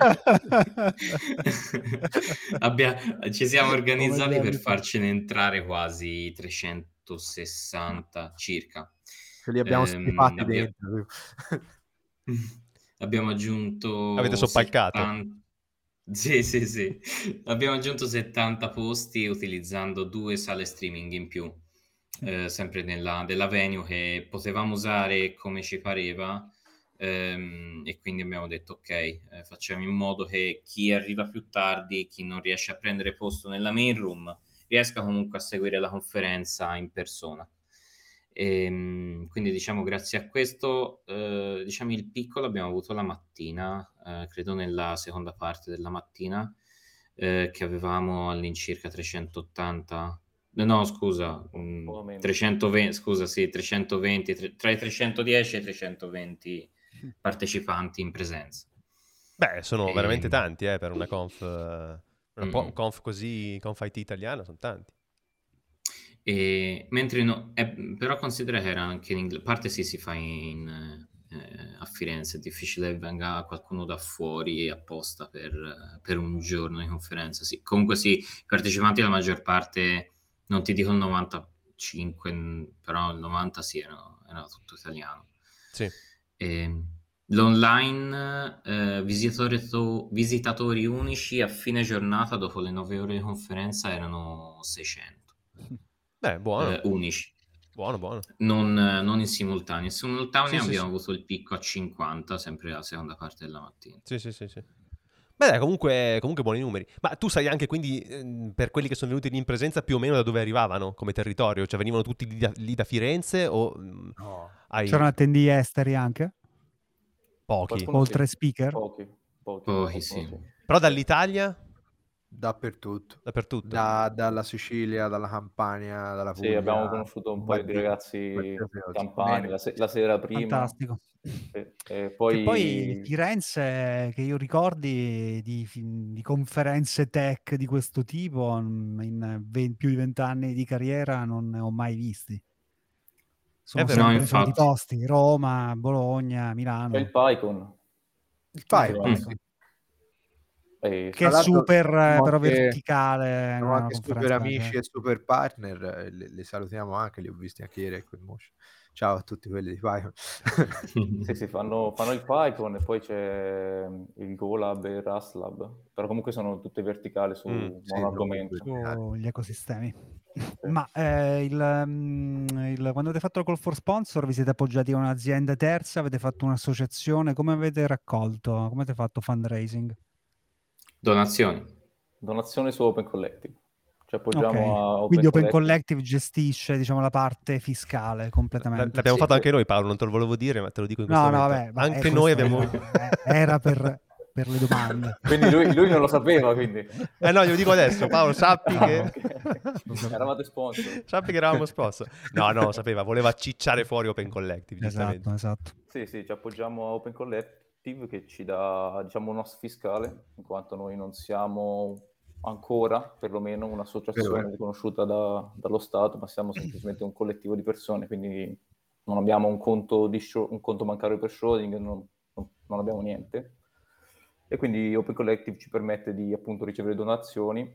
Abbia- ci siamo organizzati Come per deve- farcene entrare quasi trecentosessanta circa. Ce li abbiamo Ehm, stipati abbia- dentro. Abbiamo aggiunto Avete soppalcato. settanta Sì, sì, sì. Abbiamo aggiunto settanta posti utilizzando due sale streaming in più, eh, sempre nella, della venue che potevamo usare come ci pareva, ehm, e quindi abbiamo detto ok, eh, facciamo in modo che chi arriva più tardi, chi non riesce a prendere posto nella main room, riesca comunque a seguire la conferenza in persona. E, quindi diciamo grazie a questo eh, diciamo il picco l'abbiamo avuto la mattina, eh, credo nella seconda parte della mattina, eh, che avevamo all'incirca trecentottanta, no scusa, um, trecentoventi, scusa sì, trecentoventi, tre, tra i trecentodieci e i trecentoventi partecipanti in presenza. Beh, sono E... veramente tanti eh, per una conf, una mm-hmm. conf così, conf I T italiana, sono tanti. E, mentre no, eh, però considera che era anche in inglese, parte sì si fa in, eh, a Firenze, è difficile che venga qualcuno da fuori apposta per, per un giorno di conferenza, sì. Comunque sì, i partecipanti la maggior parte, non ti dico il novantacinque, però il novanta sì, era, era tutto italiano. Sì. E, l'online eh, visitatori, visitatori unici a fine giornata dopo le nove ore di conferenza erano seicento. Beh, buono. Eh, unici. Buono, buono. Non, non in simultaneo. In simultaneo sì, abbiamo sì, avuto sì. il picco a cinquanta, sempre la seconda parte della mattina. Sì, sì, sì, sì. Beh, dai, comunque, comunque buoni numeri. Ma tu sai anche quindi, ehm, per quelli che sono venuti lì in presenza, più o meno da dove arrivavano come territorio? Cioè venivano tutti lì da, lì da Firenze o... No. Hai... C'erano attendii esteri anche? Pochi. Qualcuno Oltre sì. speaker? Pochi, pochi, Pochi sì. sì. Però dall'Italia? Dappertutto. Dappertutto. Da, dalla Sicilia, dalla Campania, dalla Puglia. Sì, abbiamo conosciuto un paio di ragazzi campani la, se- la sera prima. Fantastico. E, e poi... Che poi Firenze, che io ricordi di, di conferenze tech di questo tipo, in venti, più di vent'anni di carriera non ne ho mai visti. Sono vero. sempre No, soliti posti, Roma, Bologna, Milano. C'è il PyCon. Il PyCon, sì. E che è super siamo però anche, verticale, siamo anche super amici grande. e super partner, li, li salutiamo anche, li ho visti anche ieri a Quidmotion. Ciao a tutti quelli di PyCon. sì, sì, fanno, fanno il PyCon e poi c'è il GoLab e il RustLab, però comunque sono tutte verticali su Mm, un sì, argomento. Su gli ecosistemi. Sì. Ma eh, il, um, il, quando avete fatto il call for sponsor vi siete appoggiati a un'azienda terza, avete fatto un'associazione, come avete raccolto, come avete fatto fundraising? Donazioni. Donazioni su Open Collective. Ci appoggiamo okay. a Open Quindi Open Collective. Collective gestisce, diciamo, la parte fiscale completamente. L'abbiamo sì, fatto sì. anche noi, Paolo, non te lo volevo dire, ma te lo dico in questo no, momento. No, vabbè, anche noi abbiamo... Era, era per, per le domande. Quindi lui, lui non lo sapeva, quindi. Eh no, glielo dico adesso, Paolo, sappi Ah, che... okay. Eravate sponsor. Sappi che eravamo sponsor. No, no, lo sapeva, voleva cicciare fuori Open Collective, Esatto, esatto. Sì, sì, ci appoggiamo a Open Collective che ci dà, diciamo, un O S fiscale, in quanto noi non siamo ancora, perlomeno, un'associazione Vero. riconosciuta da, dallo Stato, ma siamo semplicemente un collettivo di persone, quindi non abbiamo un conto, di show, un conto bancario per Schrödinger, non, non, non abbiamo niente. E quindi Open Collective ci permette di, appunto, ricevere donazioni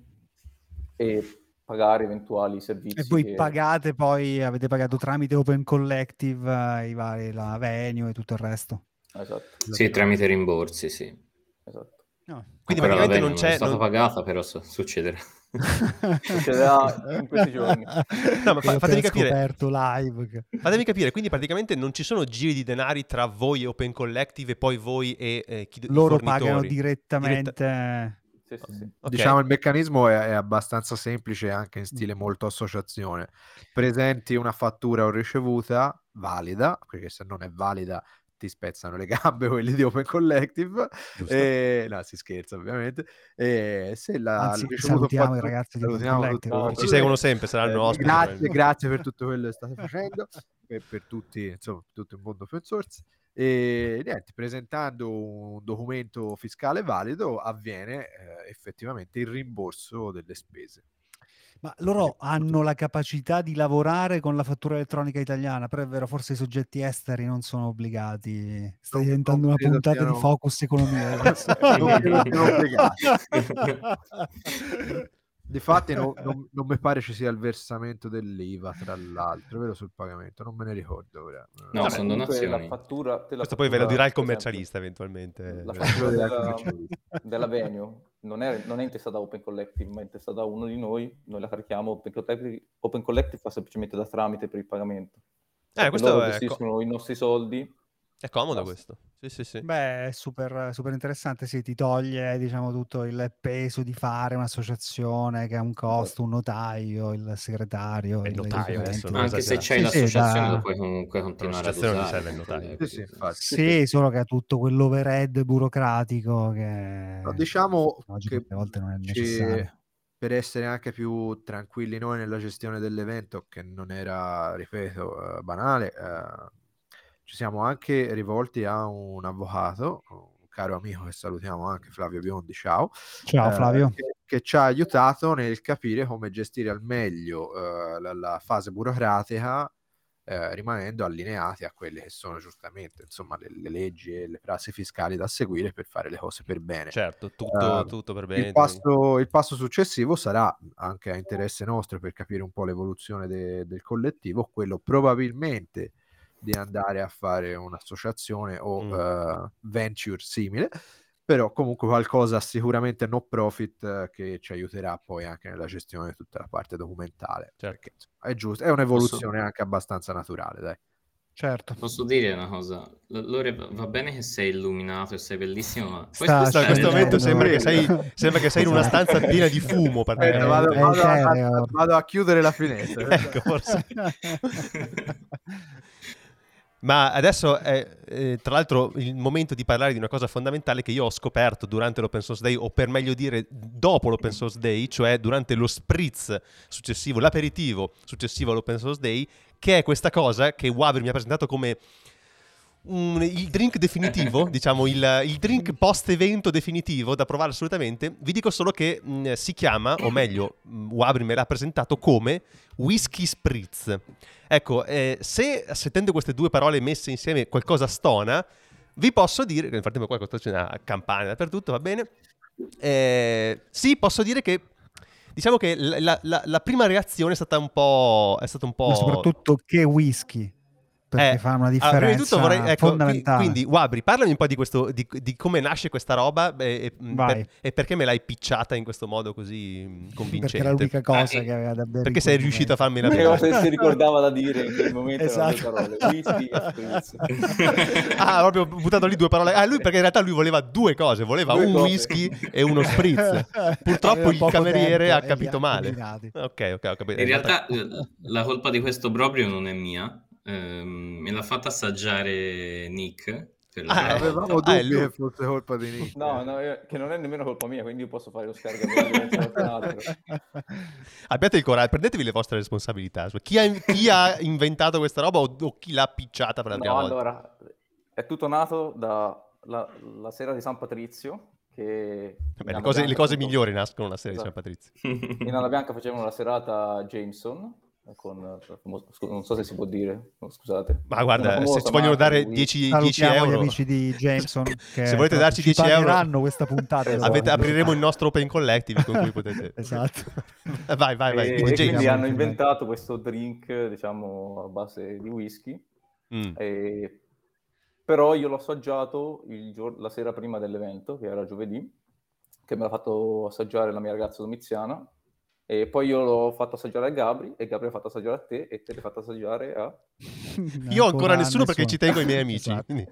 e pagare eventuali servizi. E voi che... pagate poi, avete pagato tramite Open Collective eh, i vari, la venue e tutto il resto? Esatto. Sì, tramite rimborsi, sì. Esatto. No. Quindi Ancora praticamente non non c'è... è stata non... pagata, però so, succederà. Succederà in questi giorni. No, ma fa, fatemi capire... scoperto live. Che... Fatemi capire, quindi praticamente non ci sono giri di denari tra voi e Open Collective e poi voi e eh, chi loro i fornitori. Pagano direttamente... Diretta... Sì, sì, sì. Okay. Diciamo il meccanismo è, è abbastanza semplice, anche in stile molto associazione. Presenti una fattura o ricevuta valida, perché se non è valida ti spezzano le gambe quelli di Open Collective. E, no, si scherza ovviamente. E se la Anzi, ricevuto salutiamo fattura, i ragazzi di Open salutiamo Collective. tutto, Ci seguono sempre, saranno eh, ospiti. grazie, grazie per tutto quello che state facendo e per tutti, insomma, tutto il mondo open source. E niente, presentando un documento fiscale valido avviene eh, effettivamente il rimborso delle spese. Ma loro hanno la capacità di lavorare con la fattura elettronica italiana, però è vero, forse i soggetti esteri non sono obbligati. Sta Non- diventando non una credo puntata siano- di Focus Economia. Non credo siano obbligati. Difatti no, non, non mi pare ci sia il versamento dell'I V A, tra l'altro, vero, sul pagamento, non me ne ricordo ora. No, Vabbè, sono comunque donazioni. La fattura, te la Questo poi ve lo dirà il fattura, per commercialista esempio, eventualmente. La fattura della, della venue non è, non è intestata a Open Collective, ma è intestata a uno di noi. Noi la carichiamo. Open Collective, Open Collective fa semplicemente da tramite per il pagamento. Eh, questo loro è... gestiscono i nostri soldi. È comodo Basta. questo. Sì, sì, sì. Beh, è super, super interessante, sì, ti toglie, diciamo, tutto il peso di fare un'associazione che ha un costo, un notaio, il segretario, E il il notaio, adesso documenti. non Anche se esagerare. c'hai Sì, sì, l'associazione da- lo puoi comunque continuare ad l'associazione non usare. serve il notaio. Sì, sì, infatti. Sì, solo che ha tutto quell'overhead burocratico che No, diciamo oggi che molte volte non è ci- necessario. per essere anche più tranquilli noi nella gestione dell'evento, che non era, ripeto, eh, banale, eh, ci siamo anche rivolti a un avvocato, un caro amico che salutiamo anche, Flavio Biondi, ciao, Ciao eh, Flavio. che, che ci ha aiutato nel capire come gestire al meglio eh, la, la fase burocratica, eh, rimanendo allineati a quelle che sono giustamente, insomma, le, le leggi e le prassi fiscali da seguire per fare le cose per bene. Certo, tutto, Eh, tutto per bene. il, passo, il passo successivo sarà, anche a interesse nostro per capire un po' l'evoluzione de- del collettivo, quello probabilmente di andare a fare un'associazione o Mm. eh, venture simile, però comunque qualcosa sicuramente no profit, eh, che ci aiuterà poi anche nella gestione di tutta la parte documentale. Certo. Perché, insomma, è giusto, è un'evoluzione anche abbastanza naturale, dai. Certo. Posso dire una cosa? L- Lore, va va bene che sei illuminato e sei bellissimo, ma puoi Sta Questo- in spostare questo il- momento scendendo. sembra che sei, sembra che sei in una stanza piena di fumo. Aspetta, praticamente. vado, è vado a, etereo. vado a chiudere la finestra. Ecco, forse. Ma adesso è, eh, tra l'altro, il momento di parlare di una cosa fondamentale che io ho scoperto durante l'Open Source Day, o per meglio dire dopo l'Open Source Day, cioè durante lo spritz successivo, l'aperitivo successivo all'Open Source Day, che è questa cosa che Wabri mi ha presentato come un- il drink definitivo, diciamo il, il drink post-evento definitivo da provare assolutamente. Vi dico solo che mh, si chiama, o meglio, mh, Wabri me l'ha presentato come Whisky Spritz. Ecco, eh, se sentendo queste due parole messe insieme qualcosa stona, vi posso dire, che nel frattempo qua c'è una campana dappertutto, va bene? Eh, sì, posso dire che diciamo che la, la- la- la prima reazione è stata un po'... È stata un po'... Ma soprattutto che whisky, perché Eh, fa una allora, differenza prima di tutto vorrei, ecco, qui- fondamentale. quindi Wabri, parlami un po' di questo, di, di come nasce questa roba e, e- Vai. per- e perché me l'hai picciata in questo modo così mh, convincente. Perché era l'unica cosa Ah, che aveva da bere. Perché in sei quel riuscito a momento. farmi la L'unica bere. cosa che si ricordava da dire in quel momento erano Esatto. due parole, whisky e spritz. Ah, proprio buttato lì due parole. Ah, lui perché in realtà lui voleva due cose, voleva Due un cose. whisky e uno spritz. Purtroppo Aveva il poco cameriere tempo ha e li capito ha male. combinati. Ok, ok, ho capito. In realtà eh, la colpa di questo proprio non è mia, ehm, me l'ha fatta assaggiare Nick per la Ah, prima eh, volta. Avevamo Ah, è dubbi lui. che fosse colpa di Nick. No, no, io- che non è nemmeno colpa mia, quindi io posso fare lo scarico diverso da qualcun altro. Abbiate il coraggio, prendetevi le vostre responsabilità. Chi ha, chi ha inventato questa roba o, o chi l'ha picciata per la prima No, volta? allora, è tutto nato da la, la sera di San Patrizio, che Vabbè, in le Anna cose, le Bianca, cose appunto, migliori nascono la serie di San esatto. Patrizio. In Anna Bianca facevano la serata Jameson, con, il famoso- scu- non so se si può dire, no, scusate. Ma guarda, Una famosa se ci vogliono marca dare di dieci, dieci Salutiamo gli euro, amici di Jameson che se volete darci ci dieci euro, pagheranno questa puntata. Esatto. avete- dopo. apriremo il nostro Open Collective con cui potete. Esatto. Vai, vai, vai. E, Quindi e James. quindi hanno Jameson. inventato questo drink, diciamo, a base di whisky. Mm. E- Però io l'ho assaggiato il gior- la sera prima dell'evento, che era giovedì, che me l'ha fatto assaggiare la mia ragazza domiziana, e poi io l'ho fatto assaggiare a Gabri, e Gabri l'ha fatto assaggiare a te, e te l'hai fatto assaggiare a... Io ancora nessuno perché ci tengo ai miei amici. Esatto. quindi-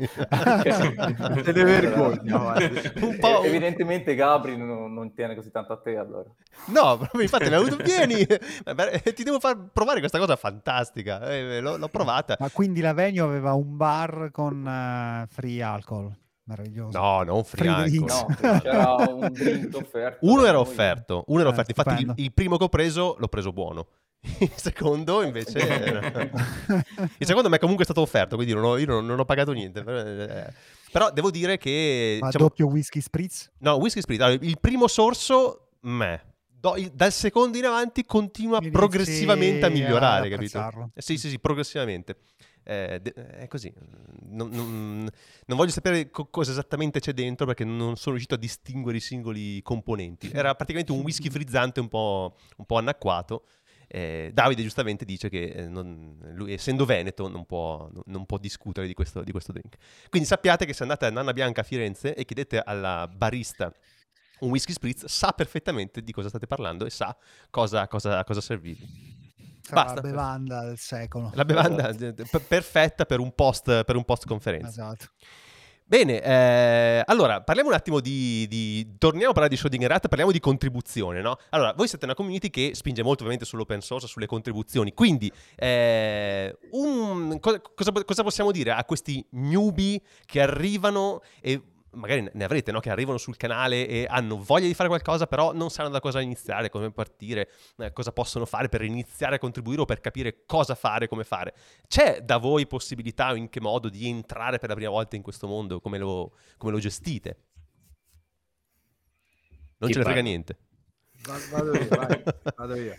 Se ne vergogna, guarda. Un po'. E- evidentemente Gabri non, non tiene così tanto a te, allora. No, proprio, infatti l'ho avuto. Vieni, ti devo far provare questa cosa fantastica. Eh, l'ho, l'ho provata. Ma quindi l'Avenio aveva un bar con eh, free alcol. Meraviglioso. No, non free Free alcol. drinks. No, c'era un drink offerto. Uno da era noi. offerto, uno era Eh, offerto. Infatti, il, stupendo. il primo che ho preso l'ho preso buono. Il secondo, invece, era- il secondo mi è comunque stato offerto, quindi non ho, io non, non ho pagato niente. Però, eh, però devo dire che Ma diciamo, doppio whisky spritz? no, whisky spritz. Allora, il primo sorso, meh. Do- il- dal secondo in avanti continua Inizi progressivamente a migliorare, ad capito? apprezzarlo. Eh, sì, sì, sì, progressivamente. Eh, de- è così. Non, non- non voglio sapere co- cosa esattamente c'è dentro perché non sono riuscito a distinguere i singoli componenti. Era praticamente un whisky frizzante un po', un po' anacquato. Eh, Davide giustamente dice che eh, non- lui, essendo veneto, non può, non- non può discutere di questo, di questo drink. Quindi sappiate che se andate a Nanna Bianca a Firenze e chiedete alla barista un whisky spritz, sa perfettamente di cosa state parlando e sa cosa, cosa, cosa servirvi. Sarà Basta. la bevanda del secolo. La bevanda eh, p- perfetta per un post, per un post conferenza. Esatto. Bene, eh, allora parliamo un attimo di, di... Torniamo a parlare di Schrödinger Rat, parliamo di contribuzione, no? Allora, voi siete una community che spinge molto ovviamente sull'open source, sulle contribuzioni, quindi eh, un, cosa, cosa possiamo dire a questi newbie che arrivano e magari ne avrete, no? Che arrivano sul canale e hanno voglia di fare qualcosa, però non sanno da cosa iniziare, come partire, eh, cosa possono fare per iniziare a contribuire o per capire cosa fare, come fare. C'è da voi possibilità o in che modo di entrare per la prima volta in questo mondo? Come lo, come lo gestite? Non Chi ce ne frega parla? niente. Vado io, vai, vado io.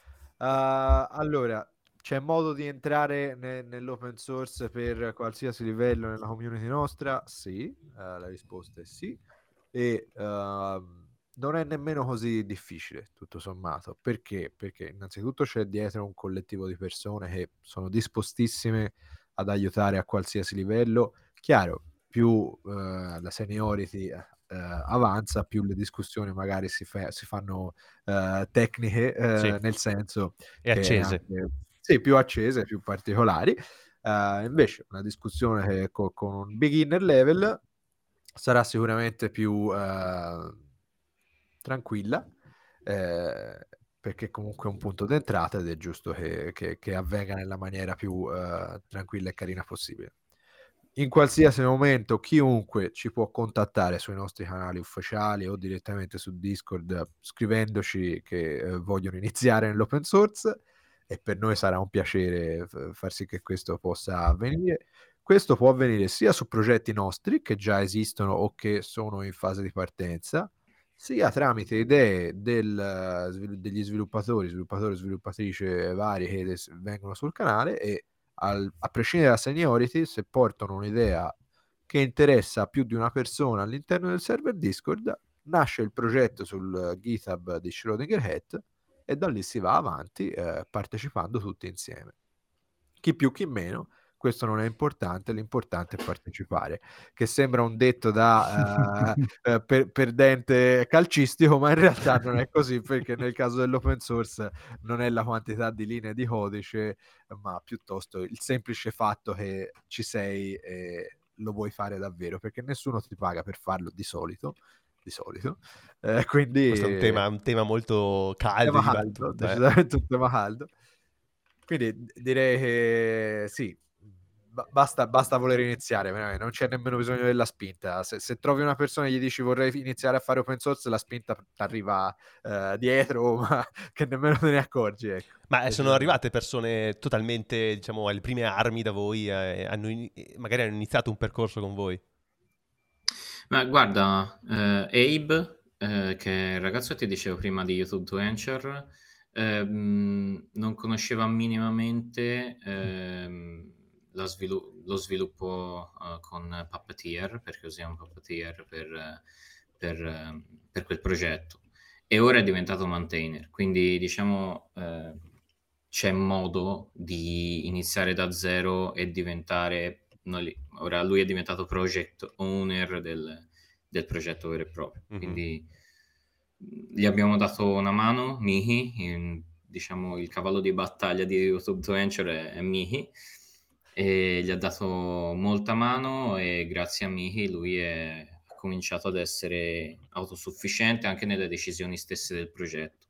Uh, allora, c'è modo di entrare ne- nell'open source per qualsiasi livello nella community nostra? Sì, uh, la risposta è sì. E uh, non è nemmeno così difficile, tutto sommato. Perché? Perché innanzitutto c'è dietro un collettivo di persone che sono dispostissime ad aiutare a qualsiasi livello. Chiaro, più uh, la seniority uh, avanza, più le discussioni magari si, fa- si fanno uh, tecniche, uh, Sì. nel senso E che accese. anche, sì, più accese, più particolari. Uh, invece una discussione che co- con un beginner level sarà sicuramente più uh, tranquilla, eh, perché comunque è un punto d'entrata ed è giusto che, che, che avvenga nella maniera più uh, tranquilla e carina possibile. In qualsiasi momento chiunque ci può contattare sui nostri canali ufficiali o direttamente su Discord scrivendoci che eh, vogliono iniziare nell'open source, e per noi sarà un piacere f- far sì che questo possa avvenire. Questo può avvenire sia su progetti nostri che già esistono o che sono in fase di partenza, sia tramite idee del, uh, degli sviluppatori, sviluppatori e sviluppatrici vari che des- vengono sul canale e al, a prescindere da seniority, se portano un'idea che interessa più di una persona all'interno del server Discord, nasce il progetto sul GitHub di Schrödinger Hat e da lì si va avanti eh, partecipando tutti insieme. Chi più chi meno, questo non è importante, l'importante è partecipare, che sembra un detto da uh, uh, per, perdente calcistico, ma in realtà non è così, perché nel caso dell'open source non è la quantità di linee di codice, ma piuttosto il semplice fatto che ci sei e lo vuoi fare davvero, perché nessuno ti paga per farlo di solito, di solito. Eh, quindi Questo è un tema, un tema molto caldo, tema dibattuto. caldo, Eh. decisamente un tema caldo. Quindi direi che sì, b- basta, basta voler iniziare, veramente. Non c'è nemmeno bisogno della spinta. Se, se trovi una persona e gli dici vorrei iniziare a fare open source, la spinta ti arriva uh, dietro, ma che nemmeno te ne accorgi. Ecco. Ma sono arrivate persone totalmente, diciamo, alle prime armi da voi, eh, hanno in- magari hanno iniziato un percorso con voi? Ma guarda, eh, Abe, eh, che è il ragazzo che ti dicevo prima di YouTube to Venture, ehm, non conosceva minimamente ehm, la svilu- lo sviluppo eh, con Puppeteer, perché usiamo Puppeteer per, per, eh, per quel progetto, e ora è diventato maintainer, quindi diciamo eh, c'è modo di iniziare da zero e diventare... Noi, ora lui è diventato project owner del, del progetto vero e proprio. Mhm. Quindi gli abbiamo dato una mano, Mihi, in- diciamo il cavallo di battaglia di YouTube to Venture è, è Mihi, e gli ha dato molta mano e grazie a Mihi lui è, ha cominciato ad essere autosufficiente anche nelle decisioni stesse del progetto.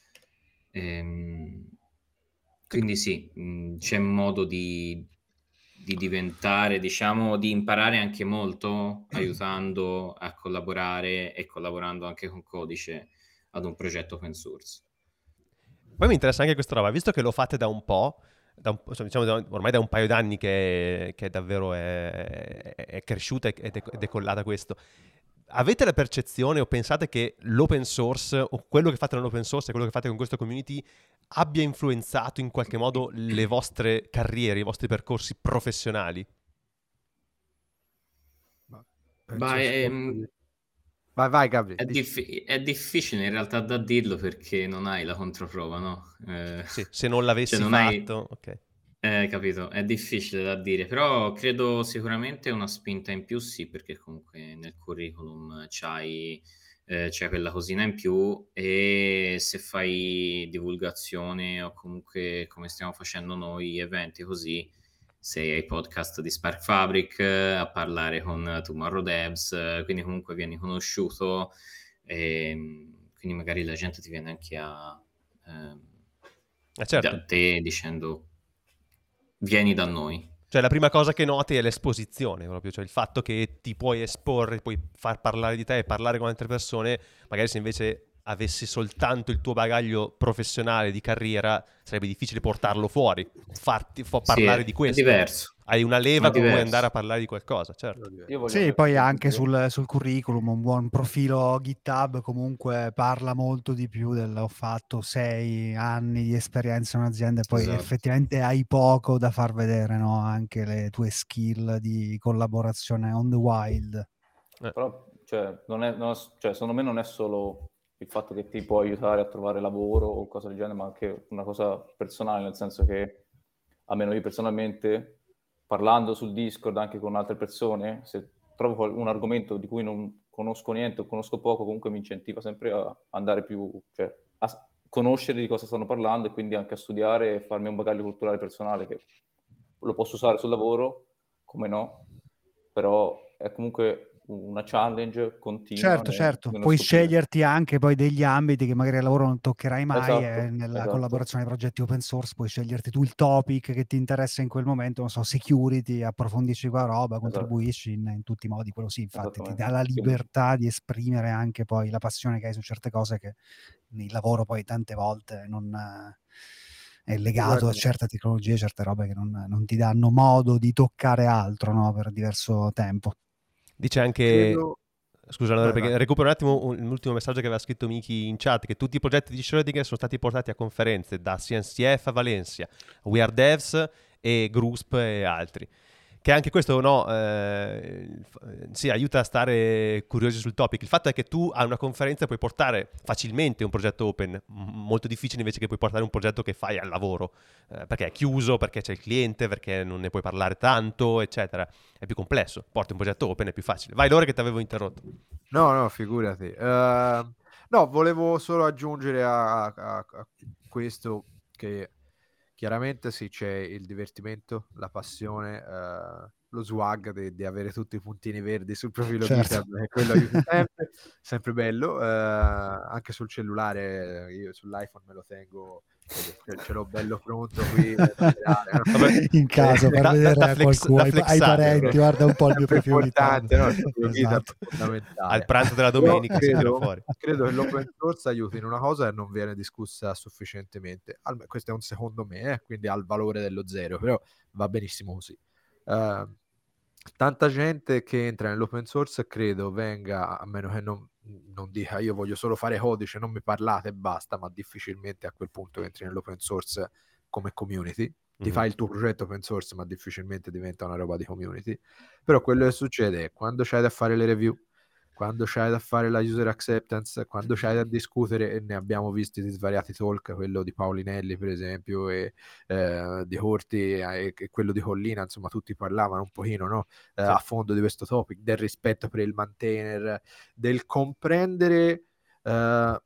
Ehm, quindi sì, mh, c'è modo di, di diventare, diciamo, di imparare anche molto aiutando a collaborare e collaborando anche con codice ad un progetto open source. Poi mi interessa anche questa roba, visto che lo fate da un po', da un, po', diciamo da- ormai da un paio d'anni che, che davvero è, è cresciuta ed è, ed è collata questo. Avete la percezione o pensate che l'open source o quello che fate nell'open source e quello che fate con questa community abbia influenzato in qualche modo le vostre carriere, i vostri percorsi professionali? Penso Bah, sia- ehm, Vai, vai, Gabri. è, dici. diffi- è difficile in realtà da dirlo perché non hai la controprova, no? Eh, Sì, se non cioè l'avessi non hai... fatto, ok. Eh, capito, è difficile da dire, però credo sicuramente una spinta in più sì, perché comunque nel curriculum c'hai eh, c'è quella cosina in più, e se fai divulgazione o comunque come stiamo facendo noi eventi così, sei ai podcast di Spark Fabric eh, a parlare con Tomorrow Devs, eh, quindi comunque vieni conosciuto e quindi magari la gente ti viene anche a ehm, Eh, certo. da te dicendo vieni da noi. Cioè la prima cosa che noti è l'esposizione proprio, cioè il fatto che ti puoi esporre, puoi far parlare di te e parlare con altre persone. Magari se invece avessi soltanto il tuo bagaglio professionale di carriera sarebbe difficile portarlo fuori, farti fa parlare Sì, di è questo. diverso. Hai una leva È con cui diverso. andare a parlare di qualcosa, certo. Io voglio Sì, poi anche dire- sul, sul curriculum, un buon profilo GitHub comunque parla molto di più del ho fatto sei anni di esperienza in un'azienda e poi Esatto. effettivamente hai poco da far vedere, no? Anche le tue skill di collaborazione on the wild. Però, cioè, non è, non è- cioè, secondo me non è solo il fatto che ti può aiutare a trovare lavoro o cose del genere, ma anche una cosa personale, nel senso che, almeno io personalmente, parlando sul Discord anche con altre persone, se trovo qual- un argomento di cui non conosco niente o conosco poco, comunque mi incentiva sempre a andare più, cioè, a s- conoscere di cosa stanno parlando e quindi anche a studiare e farmi un bagaglio culturale personale che lo posso usare sul lavoro, come no, però è comunque una challenge continua. Certo, nel- certo, nello puoi scoprire. sceglierti anche poi degli ambiti che magari al lavoro non toccherai mai Esatto, e nella esatto. collaborazione ai progetti open source puoi sceglierti tu il topic che ti interessa in quel momento, non so, security, approfondisci quella roba, contribuisci in, in tutti i modi, quello sì, infatti ti Esattamente. dà la Quindi- libertà di esprimere anche poi la passione che hai su certe cose che nel lavoro poi tante volte non eh, è legato Guarda, a certe tecnologie, certe robe che non, non ti danno modo di toccare altro, no, per diverso tempo. Dice anche... credo... Scusa, allora, Vai, perché vai. recupero un attimo un- l'ultimo messaggio che aveva scritto Miki in chat, che tutti i progetti di Schrödinger sono stati portati a conferenze da C N C F a Valencia, We Are Devs e Grusp e altri. Che anche questo, no, eh, f- sì, aiuta a stare curiosi sul topic. Il fatto è che tu a una conferenza puoi portare facilmente un progetto open, m- molto difficile invece che puoi portare un progetto che fai al lavoro, eh, perché è chiuso, perché c'è il cliente, perché non ne puoi parlare tanto, eccetera. È più complesso. Porti un progetto open, è più facile. Vai, Lore, che ti avevo interrotto. No, no, figurati. Eh, no, volevo solo aggiungere a, a- a questo che chiaramente sì, c'è il divertimento, la passione, eh, lo swag di, di avere tutti i puntini verdi sul profilo Certo. GitHub, e quello aiuta sempre, sempre bello. Eh, anche sul cellulare, io sull'iPhone me lo tengo, ce, ce l'ho bello pronto qui da tirare, no? Vabbè, In casa per da- da- vedere da a flex- qualcuno, da ai, ai flexare, parenti, proprio. guarda un po' il mio Sempre profilo importante, no? Il GitHub. profilo GitHub Esatto. è fondamentale. Al pranzo della Però domenica si tira credo, fuori. credo che l'open source aiuti in una cosa che non viene discussa sufficientemente. Al- questo è un secondo me, eh, quindi ha il valore dello zero, però va benissimo così. Eh, tanta gente che entra nell'open source credo venga, a meno che non, non dica io voglio solo fare codice, non mi parlate e basta, ma difficilmente a quel punto entri nell'open source come community. Ti Mhm. fai il tuo progetto open source, ma difficilmente diventa una roba di community. Però quello che succede è quando c'hai da fare le review, quando c'hai da fare la user acceptance, quando c'hai da discutere, e ne abbiamo visti di svariati talk, quello di Paulinelli per esempio, e eh, di Corti e, e quello di Collina, insomma tutti parlavano un pochino, no? eh, Sì. a fondo di questo topic, del rispetto per il maintainer, del comprendere eh,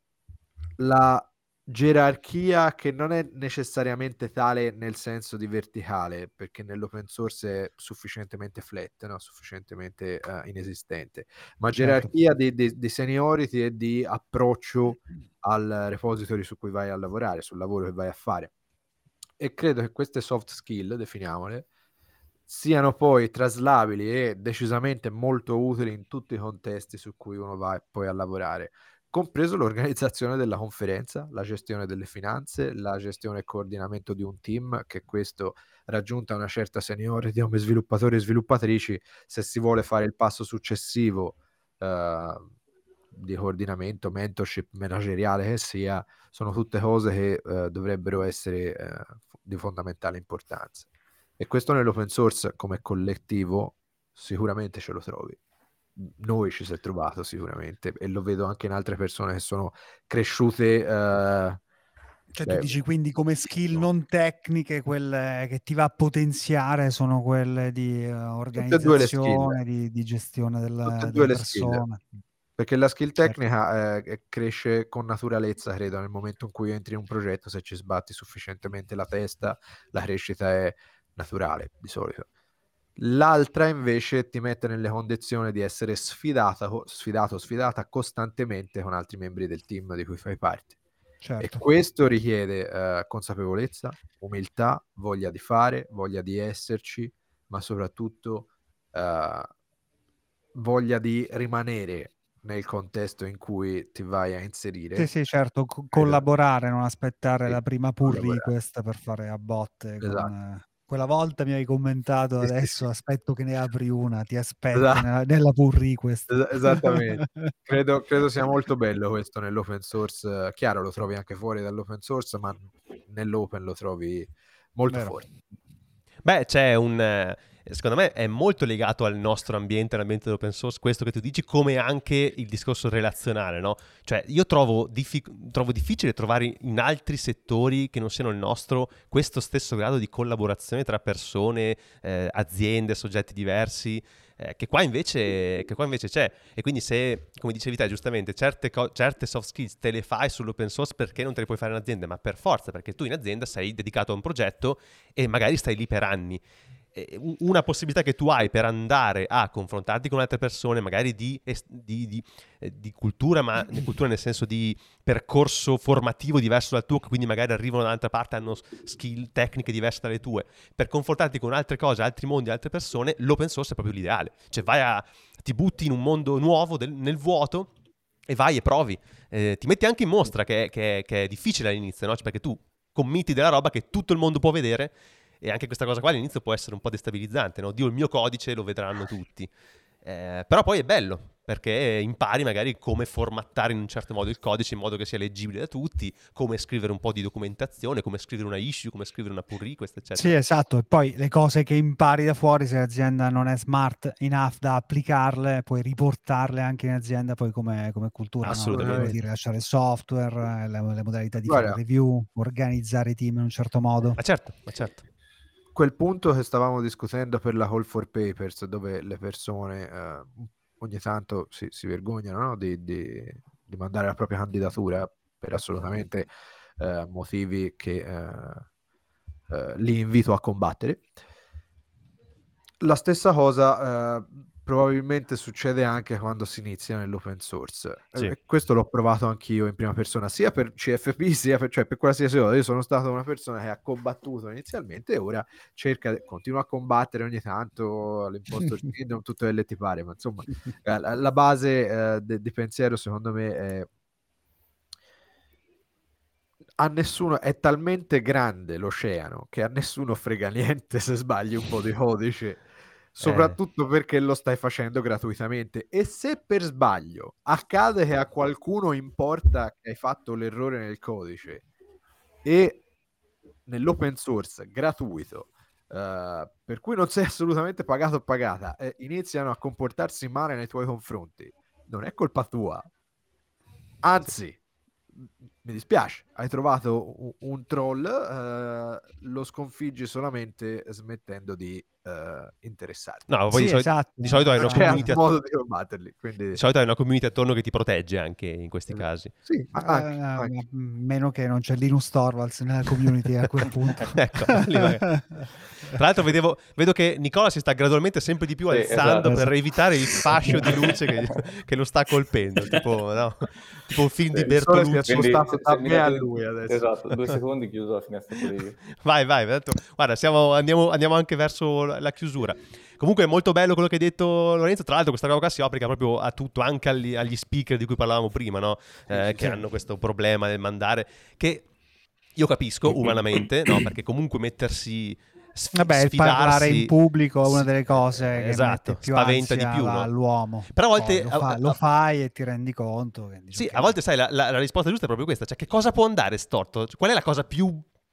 la gerarchia che non è necessariamente tale nel senso di verticale, perché nell'open source è sufficientemente flat, no? Sufficientemente uh, inesistente, ma Certo. gerarchia di, di, di seniority e di approccio al repository su cui vai a lavorare, sul lavoro che vai a fare. E credo che queste soft skill, definiamole, siano poi traslabili e decisamente molto utili in tutti i contesti su cui uno va poi a lavorare, compreso l'organizzazione della conferenza, la gestione delle finanze, la gestione e coordinamento di un team, che questo raggiunta una certa seniority come sviluppatori e sviluppatrici, se si vuole fare il passo successivo eh, di coordinamento, mentorship, manageriale che sia, sono tutte cose che eh, dovrebbero essere eh, di fondamentale importanza. E questo nell'open source come collettivo sicuramente ce lo trovi. Noi ci si è trovato sicuramente, e lo vedo anche in altre persone che sono cresciute. Eh, Cioè beh, tu dici quindi come skill no. non tecniche, quelle che ti va a potenziare sono quelle di uh, Tutte e due le skill. organizzazione, di, di gestione del, Tutte e due delle le skill. persone. Perché la skill Certo. tecnica eh, cresce con naturalezza, credo, nel momento in cui entri in un progetto, se ci sbatti sufficientemente la testa, la crescita è naturale, di solito. L'altra invece ti mette nelle condizioni di essere sfidata, sfidato, sfidata costantemente con altri membri del team di cui fai parte. Certo. E questo richiede eh, consapevolezza, umiltà, voglia di fare, voglia di esserci, ma soprattutto eh, voglia di rimanere nel contesto in cui ti vai a inserire. Sì, sì, certo, co- collaborare, non aspettare Sì, la prima pull collaborare. request per fare a botte. Con, Esatto. eh, quella volta mi hai commentato, Sì, sì, adesso sì. aspetto che ne apri una, ti aspetto Esatto. nella, nella pull request. Es- esattamente. credo, credo sia molto bello questo nell'open source. Chiaro, lo trovi anche fuori dall'open source, ma nell'open lo trovi molto Vero. forte. Beh, c'è un... eh, secondo me è molto legato al nostro ambiente, all'ambiente dell'open source, questo che tu dici, come anche il discorso relazionale, no? Cioè, io trovo, diffi- trovo difficile trovare in altri settori che non siano il nostro questo stesso grado di collaborazione tra persone, eh, aziende, soggetti diversi, eh, che qua invece che qua invece c'è. E quindi se, come dicevi te giustamente, certe, co- certe soft skills te le fai sull'open source perché non te le puoi fare in azienda, ma per forza, perché tu in azienda sei dedicato a un progetto e magari stai lì per anni. E una possibilità che tu hai per andare a confrontarti con altre persone, magari di, di, di, di cultura, ma di cultura nel senso di percorso formativo diverso dal tuo, che quindi magari arrivano da un'altra parte, hanno skill tecniche diverse dalle tue, per confrontarti con altre cose, altri mondi, altre persone, l'open source è proprio l'ideale. Cioè vai a, ti butti in un mondo nuovo, del, nel vuoto, e vai e provi. Eh, ti metti anche in mostra, che, che, che è difficile all'inizio, no? Cioè, perché tu commiti della roba che tutto il mondo può vedere, e anche questa cosa qua all'inizio può essere un po' destabilizzante, no? Dio, il mio codice lo vedranno tutti. Eh, però poi è bello, perché impari magari come formattare in un certo modo il codice in modo che sia leggibile da tutti, come scrivere un po' di documentazione, come scrivere una issue, come scrivere una pull request, eccetera. Sì, esatto. E poi le cose che impari da fuori, se l'azienda non è smart enough da applicarle, puoi riportarle anche in azienda poi come, come cultura. Assolutamente. No? Di rilasciare il software, le, le modalità di Guarda, fare review, organizzare i team in un certo modo. Ma certo, ma certo. Quel punto che stavamo discutendo per la call for papers, dove le persone eh, ogni tanto si, si vergognano, no? di, di, di mandare la propria candidatura per assolutamente eh, motivi che eh, eh, li invito a combattere. La stessa cosa eh, probabilmente succede anche quando si inizia nell'open source. Sì. E questo l'ho provato anch'io in prima persona, sia per C F P sia per, cioè per qualsiasi cosa. Io sono stato una persona che ha combattuto inizialmente e ora cerca, continua a combattere ogni tanto l'impostor syndrome, tutto quello che ti pare, ma insomma la, la base eh, de, di pensiero secondo me è a nessuno, è talmente grande l'oceano che a nessuno frega niente se sbagli un po' di codice, soprattutto eh. perché lo stai facendo gratuitamente. E se per sbaglio accade che a qualcuno importa che hai fatto l'errore nel codice e nell'open source gratuito, uh, per cui non sei assolutamente pagato o pagata, eh, iniziano a comportarsi male nei tuoi confronti, non è colpa tua, anzi mi dispiace, hai trovato un, un troll, uh, lo sconfiggi solamente smettendo di uh, interessarti. No, poi sì, di, solito, esatto. di solito hai una community modo att- di combatterli, quindi... di solito hai una community attorno che ti protegge anche in questi esatto. casi. Sì, ma, anche, eh, anche. meno che non c'è Linus Torvalds nella community a quel punto. Ecco, lì tra l'altro vedevo, vedo che Nicola si sta gradualmente sempre di più Sì, alzando esatto. per evitare il fascio di luce che, che lo sta colpendo, tipo, no? Tipo un film Sì, di Bertolucci. Quindi, spostato se, da se mi me a date- lui adesso. Esatto, due secondi chiuso la finestra pure io. Vai, vai, detto, guarda, siamo, andiamo, andiamo anche verso la, la chiusura. Comunque è molto bello quello che hai detto, Lorenzo. Tra l'altro questa roba qua si applica proprio a tutto, anche agli, agli speaker di cui parlavamo prima, no? Eh, che hanno questo problema del mandare, che io capisco umanamente, no? Perché comunque mettersi... Sf- Vabbè, il parlare in pubblico è una delle cose che esatto, mette più spaventa di ansia più, no? all'uomo. Però a volte Poi lo, fa- lo fai e ti rendi conto che, sì, che a volte sai la, la, la risposta giusta è proprio questa, cioè che cosa può andare storto? Qual è la cosa più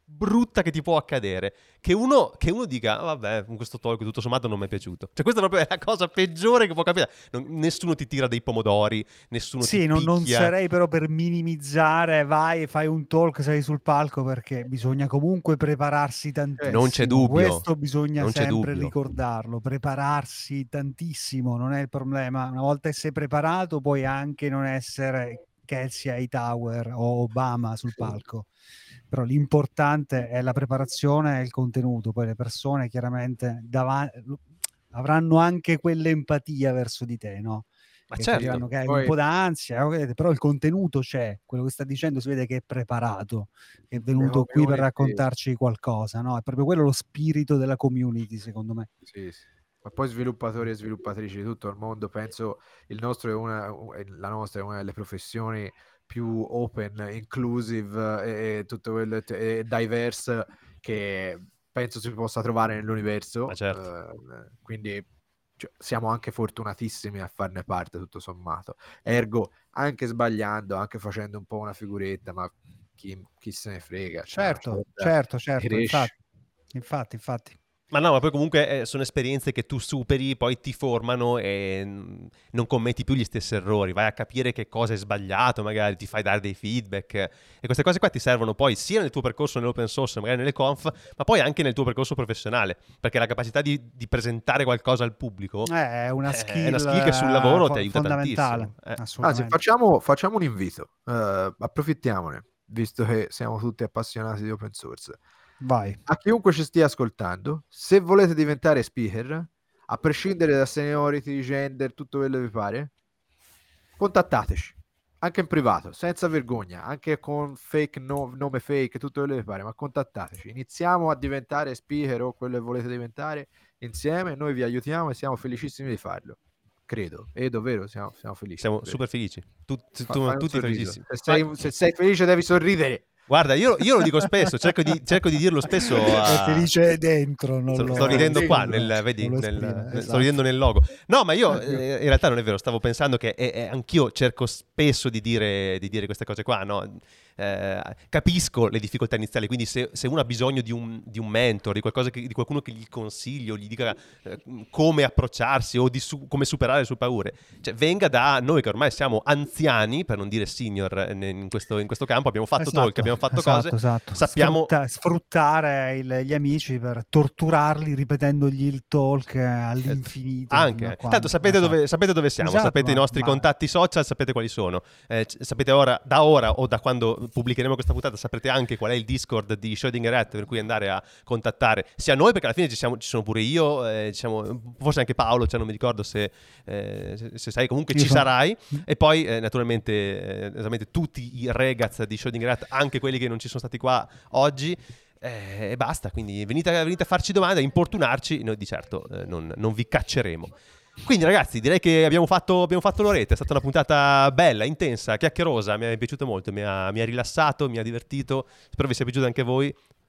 brutta che ti può accadere, che uno, che uno dica, ah, vabbè, con questo talk tutto sommato non mi è piaciuto. Cioè questa è proprio la cosa peggiore che può capitare. Non, nessuno ti tira dei pomodori, nessuno Sì, ti non, non picchia. sarei però per minimizzare, vai e fai un talk, sei sul palco, perché bisogna comunque prepararsi tantissimo. Non c'è dubbio. Questo bisogna Non c'è sempre dubbio. ricordarlo, prepararsi tantissimo, non è il problema. Una volta che sei preparato puoi anche non essere Kelsey Hightower o Obama sul palco. Però l'importante è la preparazione e il contenuto, poi le persone chiaramente dav- avranno anche quell'empatia verso di te, no? Ma Che certo. capiranno che hai Poi- un po' d'ansia, eh, però il contenuto c'è, quello che sta dicendo si vede che è preparato, che è venuto qui per community- raccontarci qualcosa, no? È proprio quello lo spirito della community, secondo me. Sì, sì. Ma poi sviluppatori e sviluppatrici di tutto il mondo, penso il nostro è una, la nostra è una delle professioni più open, inclusive e, e tutto quello e diverse che penso si possa trovare nell'universo. Ma certo. Eh, quindi cioè, siamo anche fortunatissimi a farne parte tutto sommato. Ergo, anche sbagliando, anche facendo un po' una figuretta, ma chi, chi se ne frega. Cioè, Certo, una certa certo, certo, cresce. infatti, infatti, infatti. Ma no, ma poi comunque eh, sono esperienze che tu superi, poi ti formano e mm, non commetti più gli stessi errori, vai a capire che cosa è sbagliato, magari ti fai dare dei feedback e queste cose qua ti servono poi sia nel tuo percorso nell'open source, magari nelle conf, ma poi anche nel tuo percorso professionale, perché la capacità di, di presentare qualcosa al pubblico Eh, è una eh, skill, è una skill che sul lavoro eh, ti aiuta fondamentale, tantissimo. Eh. Anzi, assolutamente. facciamo, facciamo un invito, eh, approfittiamone, visto che siamo tutti appassionati di open source. Vai. A chiunque ci stia ascoltando, se volete diventare speaker, a prescindere da seniority, gender, tutto quello che vi pare, contattateci, anche in privato, senza vergogna, anche con fake no- nome fake, tutto quello che vi pare, ma contattateci. Iniziamo a diventare speaker o quello che volete diventare insieme, noi vi aiutiamo e siamo felicissimi di farlo. Credo, e davvero siamo, siamo felici. Siamo Vero. super felici, tu, tu- Fa- tu- fai un tutti sorriso. felicissimi. Se sei, se sei felice devi sorridere. Guarda, io, io lo dico spesso, cerco di, cerco di dirlo spesso. A... È felice dentro, non Sto, lo sto ridendo non qua, lo- nel, vedi, non lo nel- esprime, nel- sto esatto. ridendo nel logo. No, ma io eh, in realtà non è vero, stavo pensando che eh, eh, anch'io cerco spesso di dire, di dire queste cose qua, no? Eh, capisco le difficoltà iniziali, quindi se, se uno ha bisogno di un, di un mentor, di, qualcosa che, di qualcuno che gli consigli o gli dica eh, come approcciarsi o di su, come superare le sue paure, cioè venga da noi che ormai siamo anziani, per non dire senior in questo, in questo campo, abbiamo fatto Esatto, talk, abbiamo fatto esatto, cose, esatto. sappiamo... Sfrutta- sfruttare il- gli amici per torturarli ripetendogli il talk all'infinito. Anche, fino a tanto quando- sapete, esatto. dove, sapete dove siamo, Esatto, sapete i ma- nostri ma- contatti social, sapete quali sono. Eh, c- sapete ora, da ora o da quando pubblicheremo questa puntata, saprete anche qual è il Discord di Schrödinger Hat per cui andare a contattare sia noi, perché alla fine ci, siamo, ci sono pure io, eh, ci siamo- forse anche Paolo, cioè non mi ricordo se, eh, se, se sai, comunque Io ci sono- sarai. E poi eh, naturalmente, eh, esattamente tutti i ragazzi di Schrödinger Hat, anche quelli che non ci sono stati qua oggi. Eh, e basta, quindi venite, venite a farci domande, a importunarci, noi di certo eh, non, non vi cacceremo. Quindi ragazzi, direi che abbiamo fatto, abbiamo fatto l'oretta, è stata una puntata bella, intensa, chiacchierosa, mi è piaciuto molto, mi ha, mi ha rilassato, mi ha divertito, spero vi sia piaciuto anche a voi,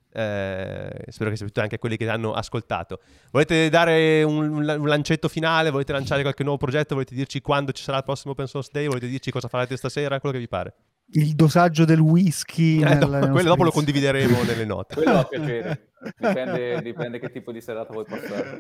eh, spero che sia piaciuto anche a quelli che hanno ascoltato. Volete dare un, un lancetto finale, volete lanciare qualche nuovo progetto, volete dirci quando ci sarà il prossimo Open Source Day, volete dirci cosa farete stasera, quello che vi pare. Il dosaggio del whisky. Eh, nel- dopo- nello quello dopo lo spritz. condivideremo nelle note. Quello a piacere, dipende, dipende che tipo di serata vuoi passare.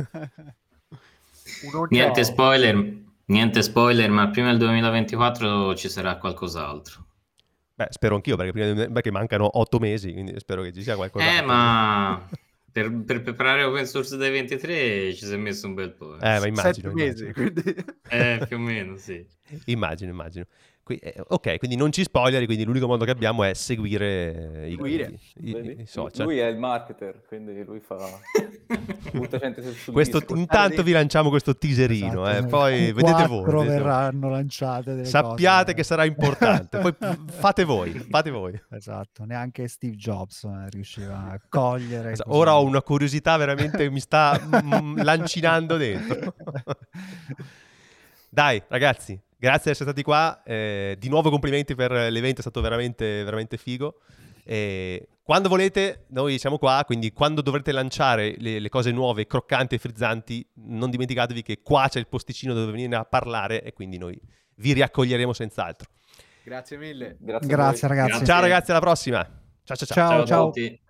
Un Niente ciao. spoiler, niente spoiler, ma prima del duemilaventiquattro ci sarà qualcos'altro. Beh, spero anch'io, perché, prima di- perché mancano otto mesi, quindi spero che ci sia qualcosa. Eh, ma per, per preparare Open Source Day ventitré ci si è messo un bel po'. Eh, ma immagino, Sette mesi, immagino. quindi... Eh, più o meno, sì. Immagino, immagino. Qui- eh, ok, quindi non ci spoileri, quindi l'unico modo che abbiamo è seguire i, Seguire. i- i- Vedi? i social. Lui è il marketer, quindi lui fa butta gente sul, sul Questo, Discord. intanto vi lanciamo questo teaserino, Esatto, eh, poi Q vedete quattro voi. vedete voi. verranno lanciate delle Sappiate cose. che sarà importante, poi fate voi, fate voi. Esatto, neanche Steve Jobs eh, riusciva a cogliere. Esatto, così. ora ho una curiosità veramente, mi sta mm, lancinando dentro. Dai, ragazzi, grazie di essere stati qua. Eh, di nuovo complimenti per l'evento, è stato veramente, veramente figo. E quando volete, noi siamo qua, quindi quando dovrete lanciare le, le cose nuove, croccanti e frizzanti, non dimenticatevi che qua c'è il posticino dove venire a parlare e quindi noi vi riaccoglieremo senz'altro. Grazie mille. Grazie, a Grazie voi. ragazzi. Grazie. Ciao ragazzi, alla prossima. Ciao ciao ciao. Ciao, Ciao a ciao. tutti.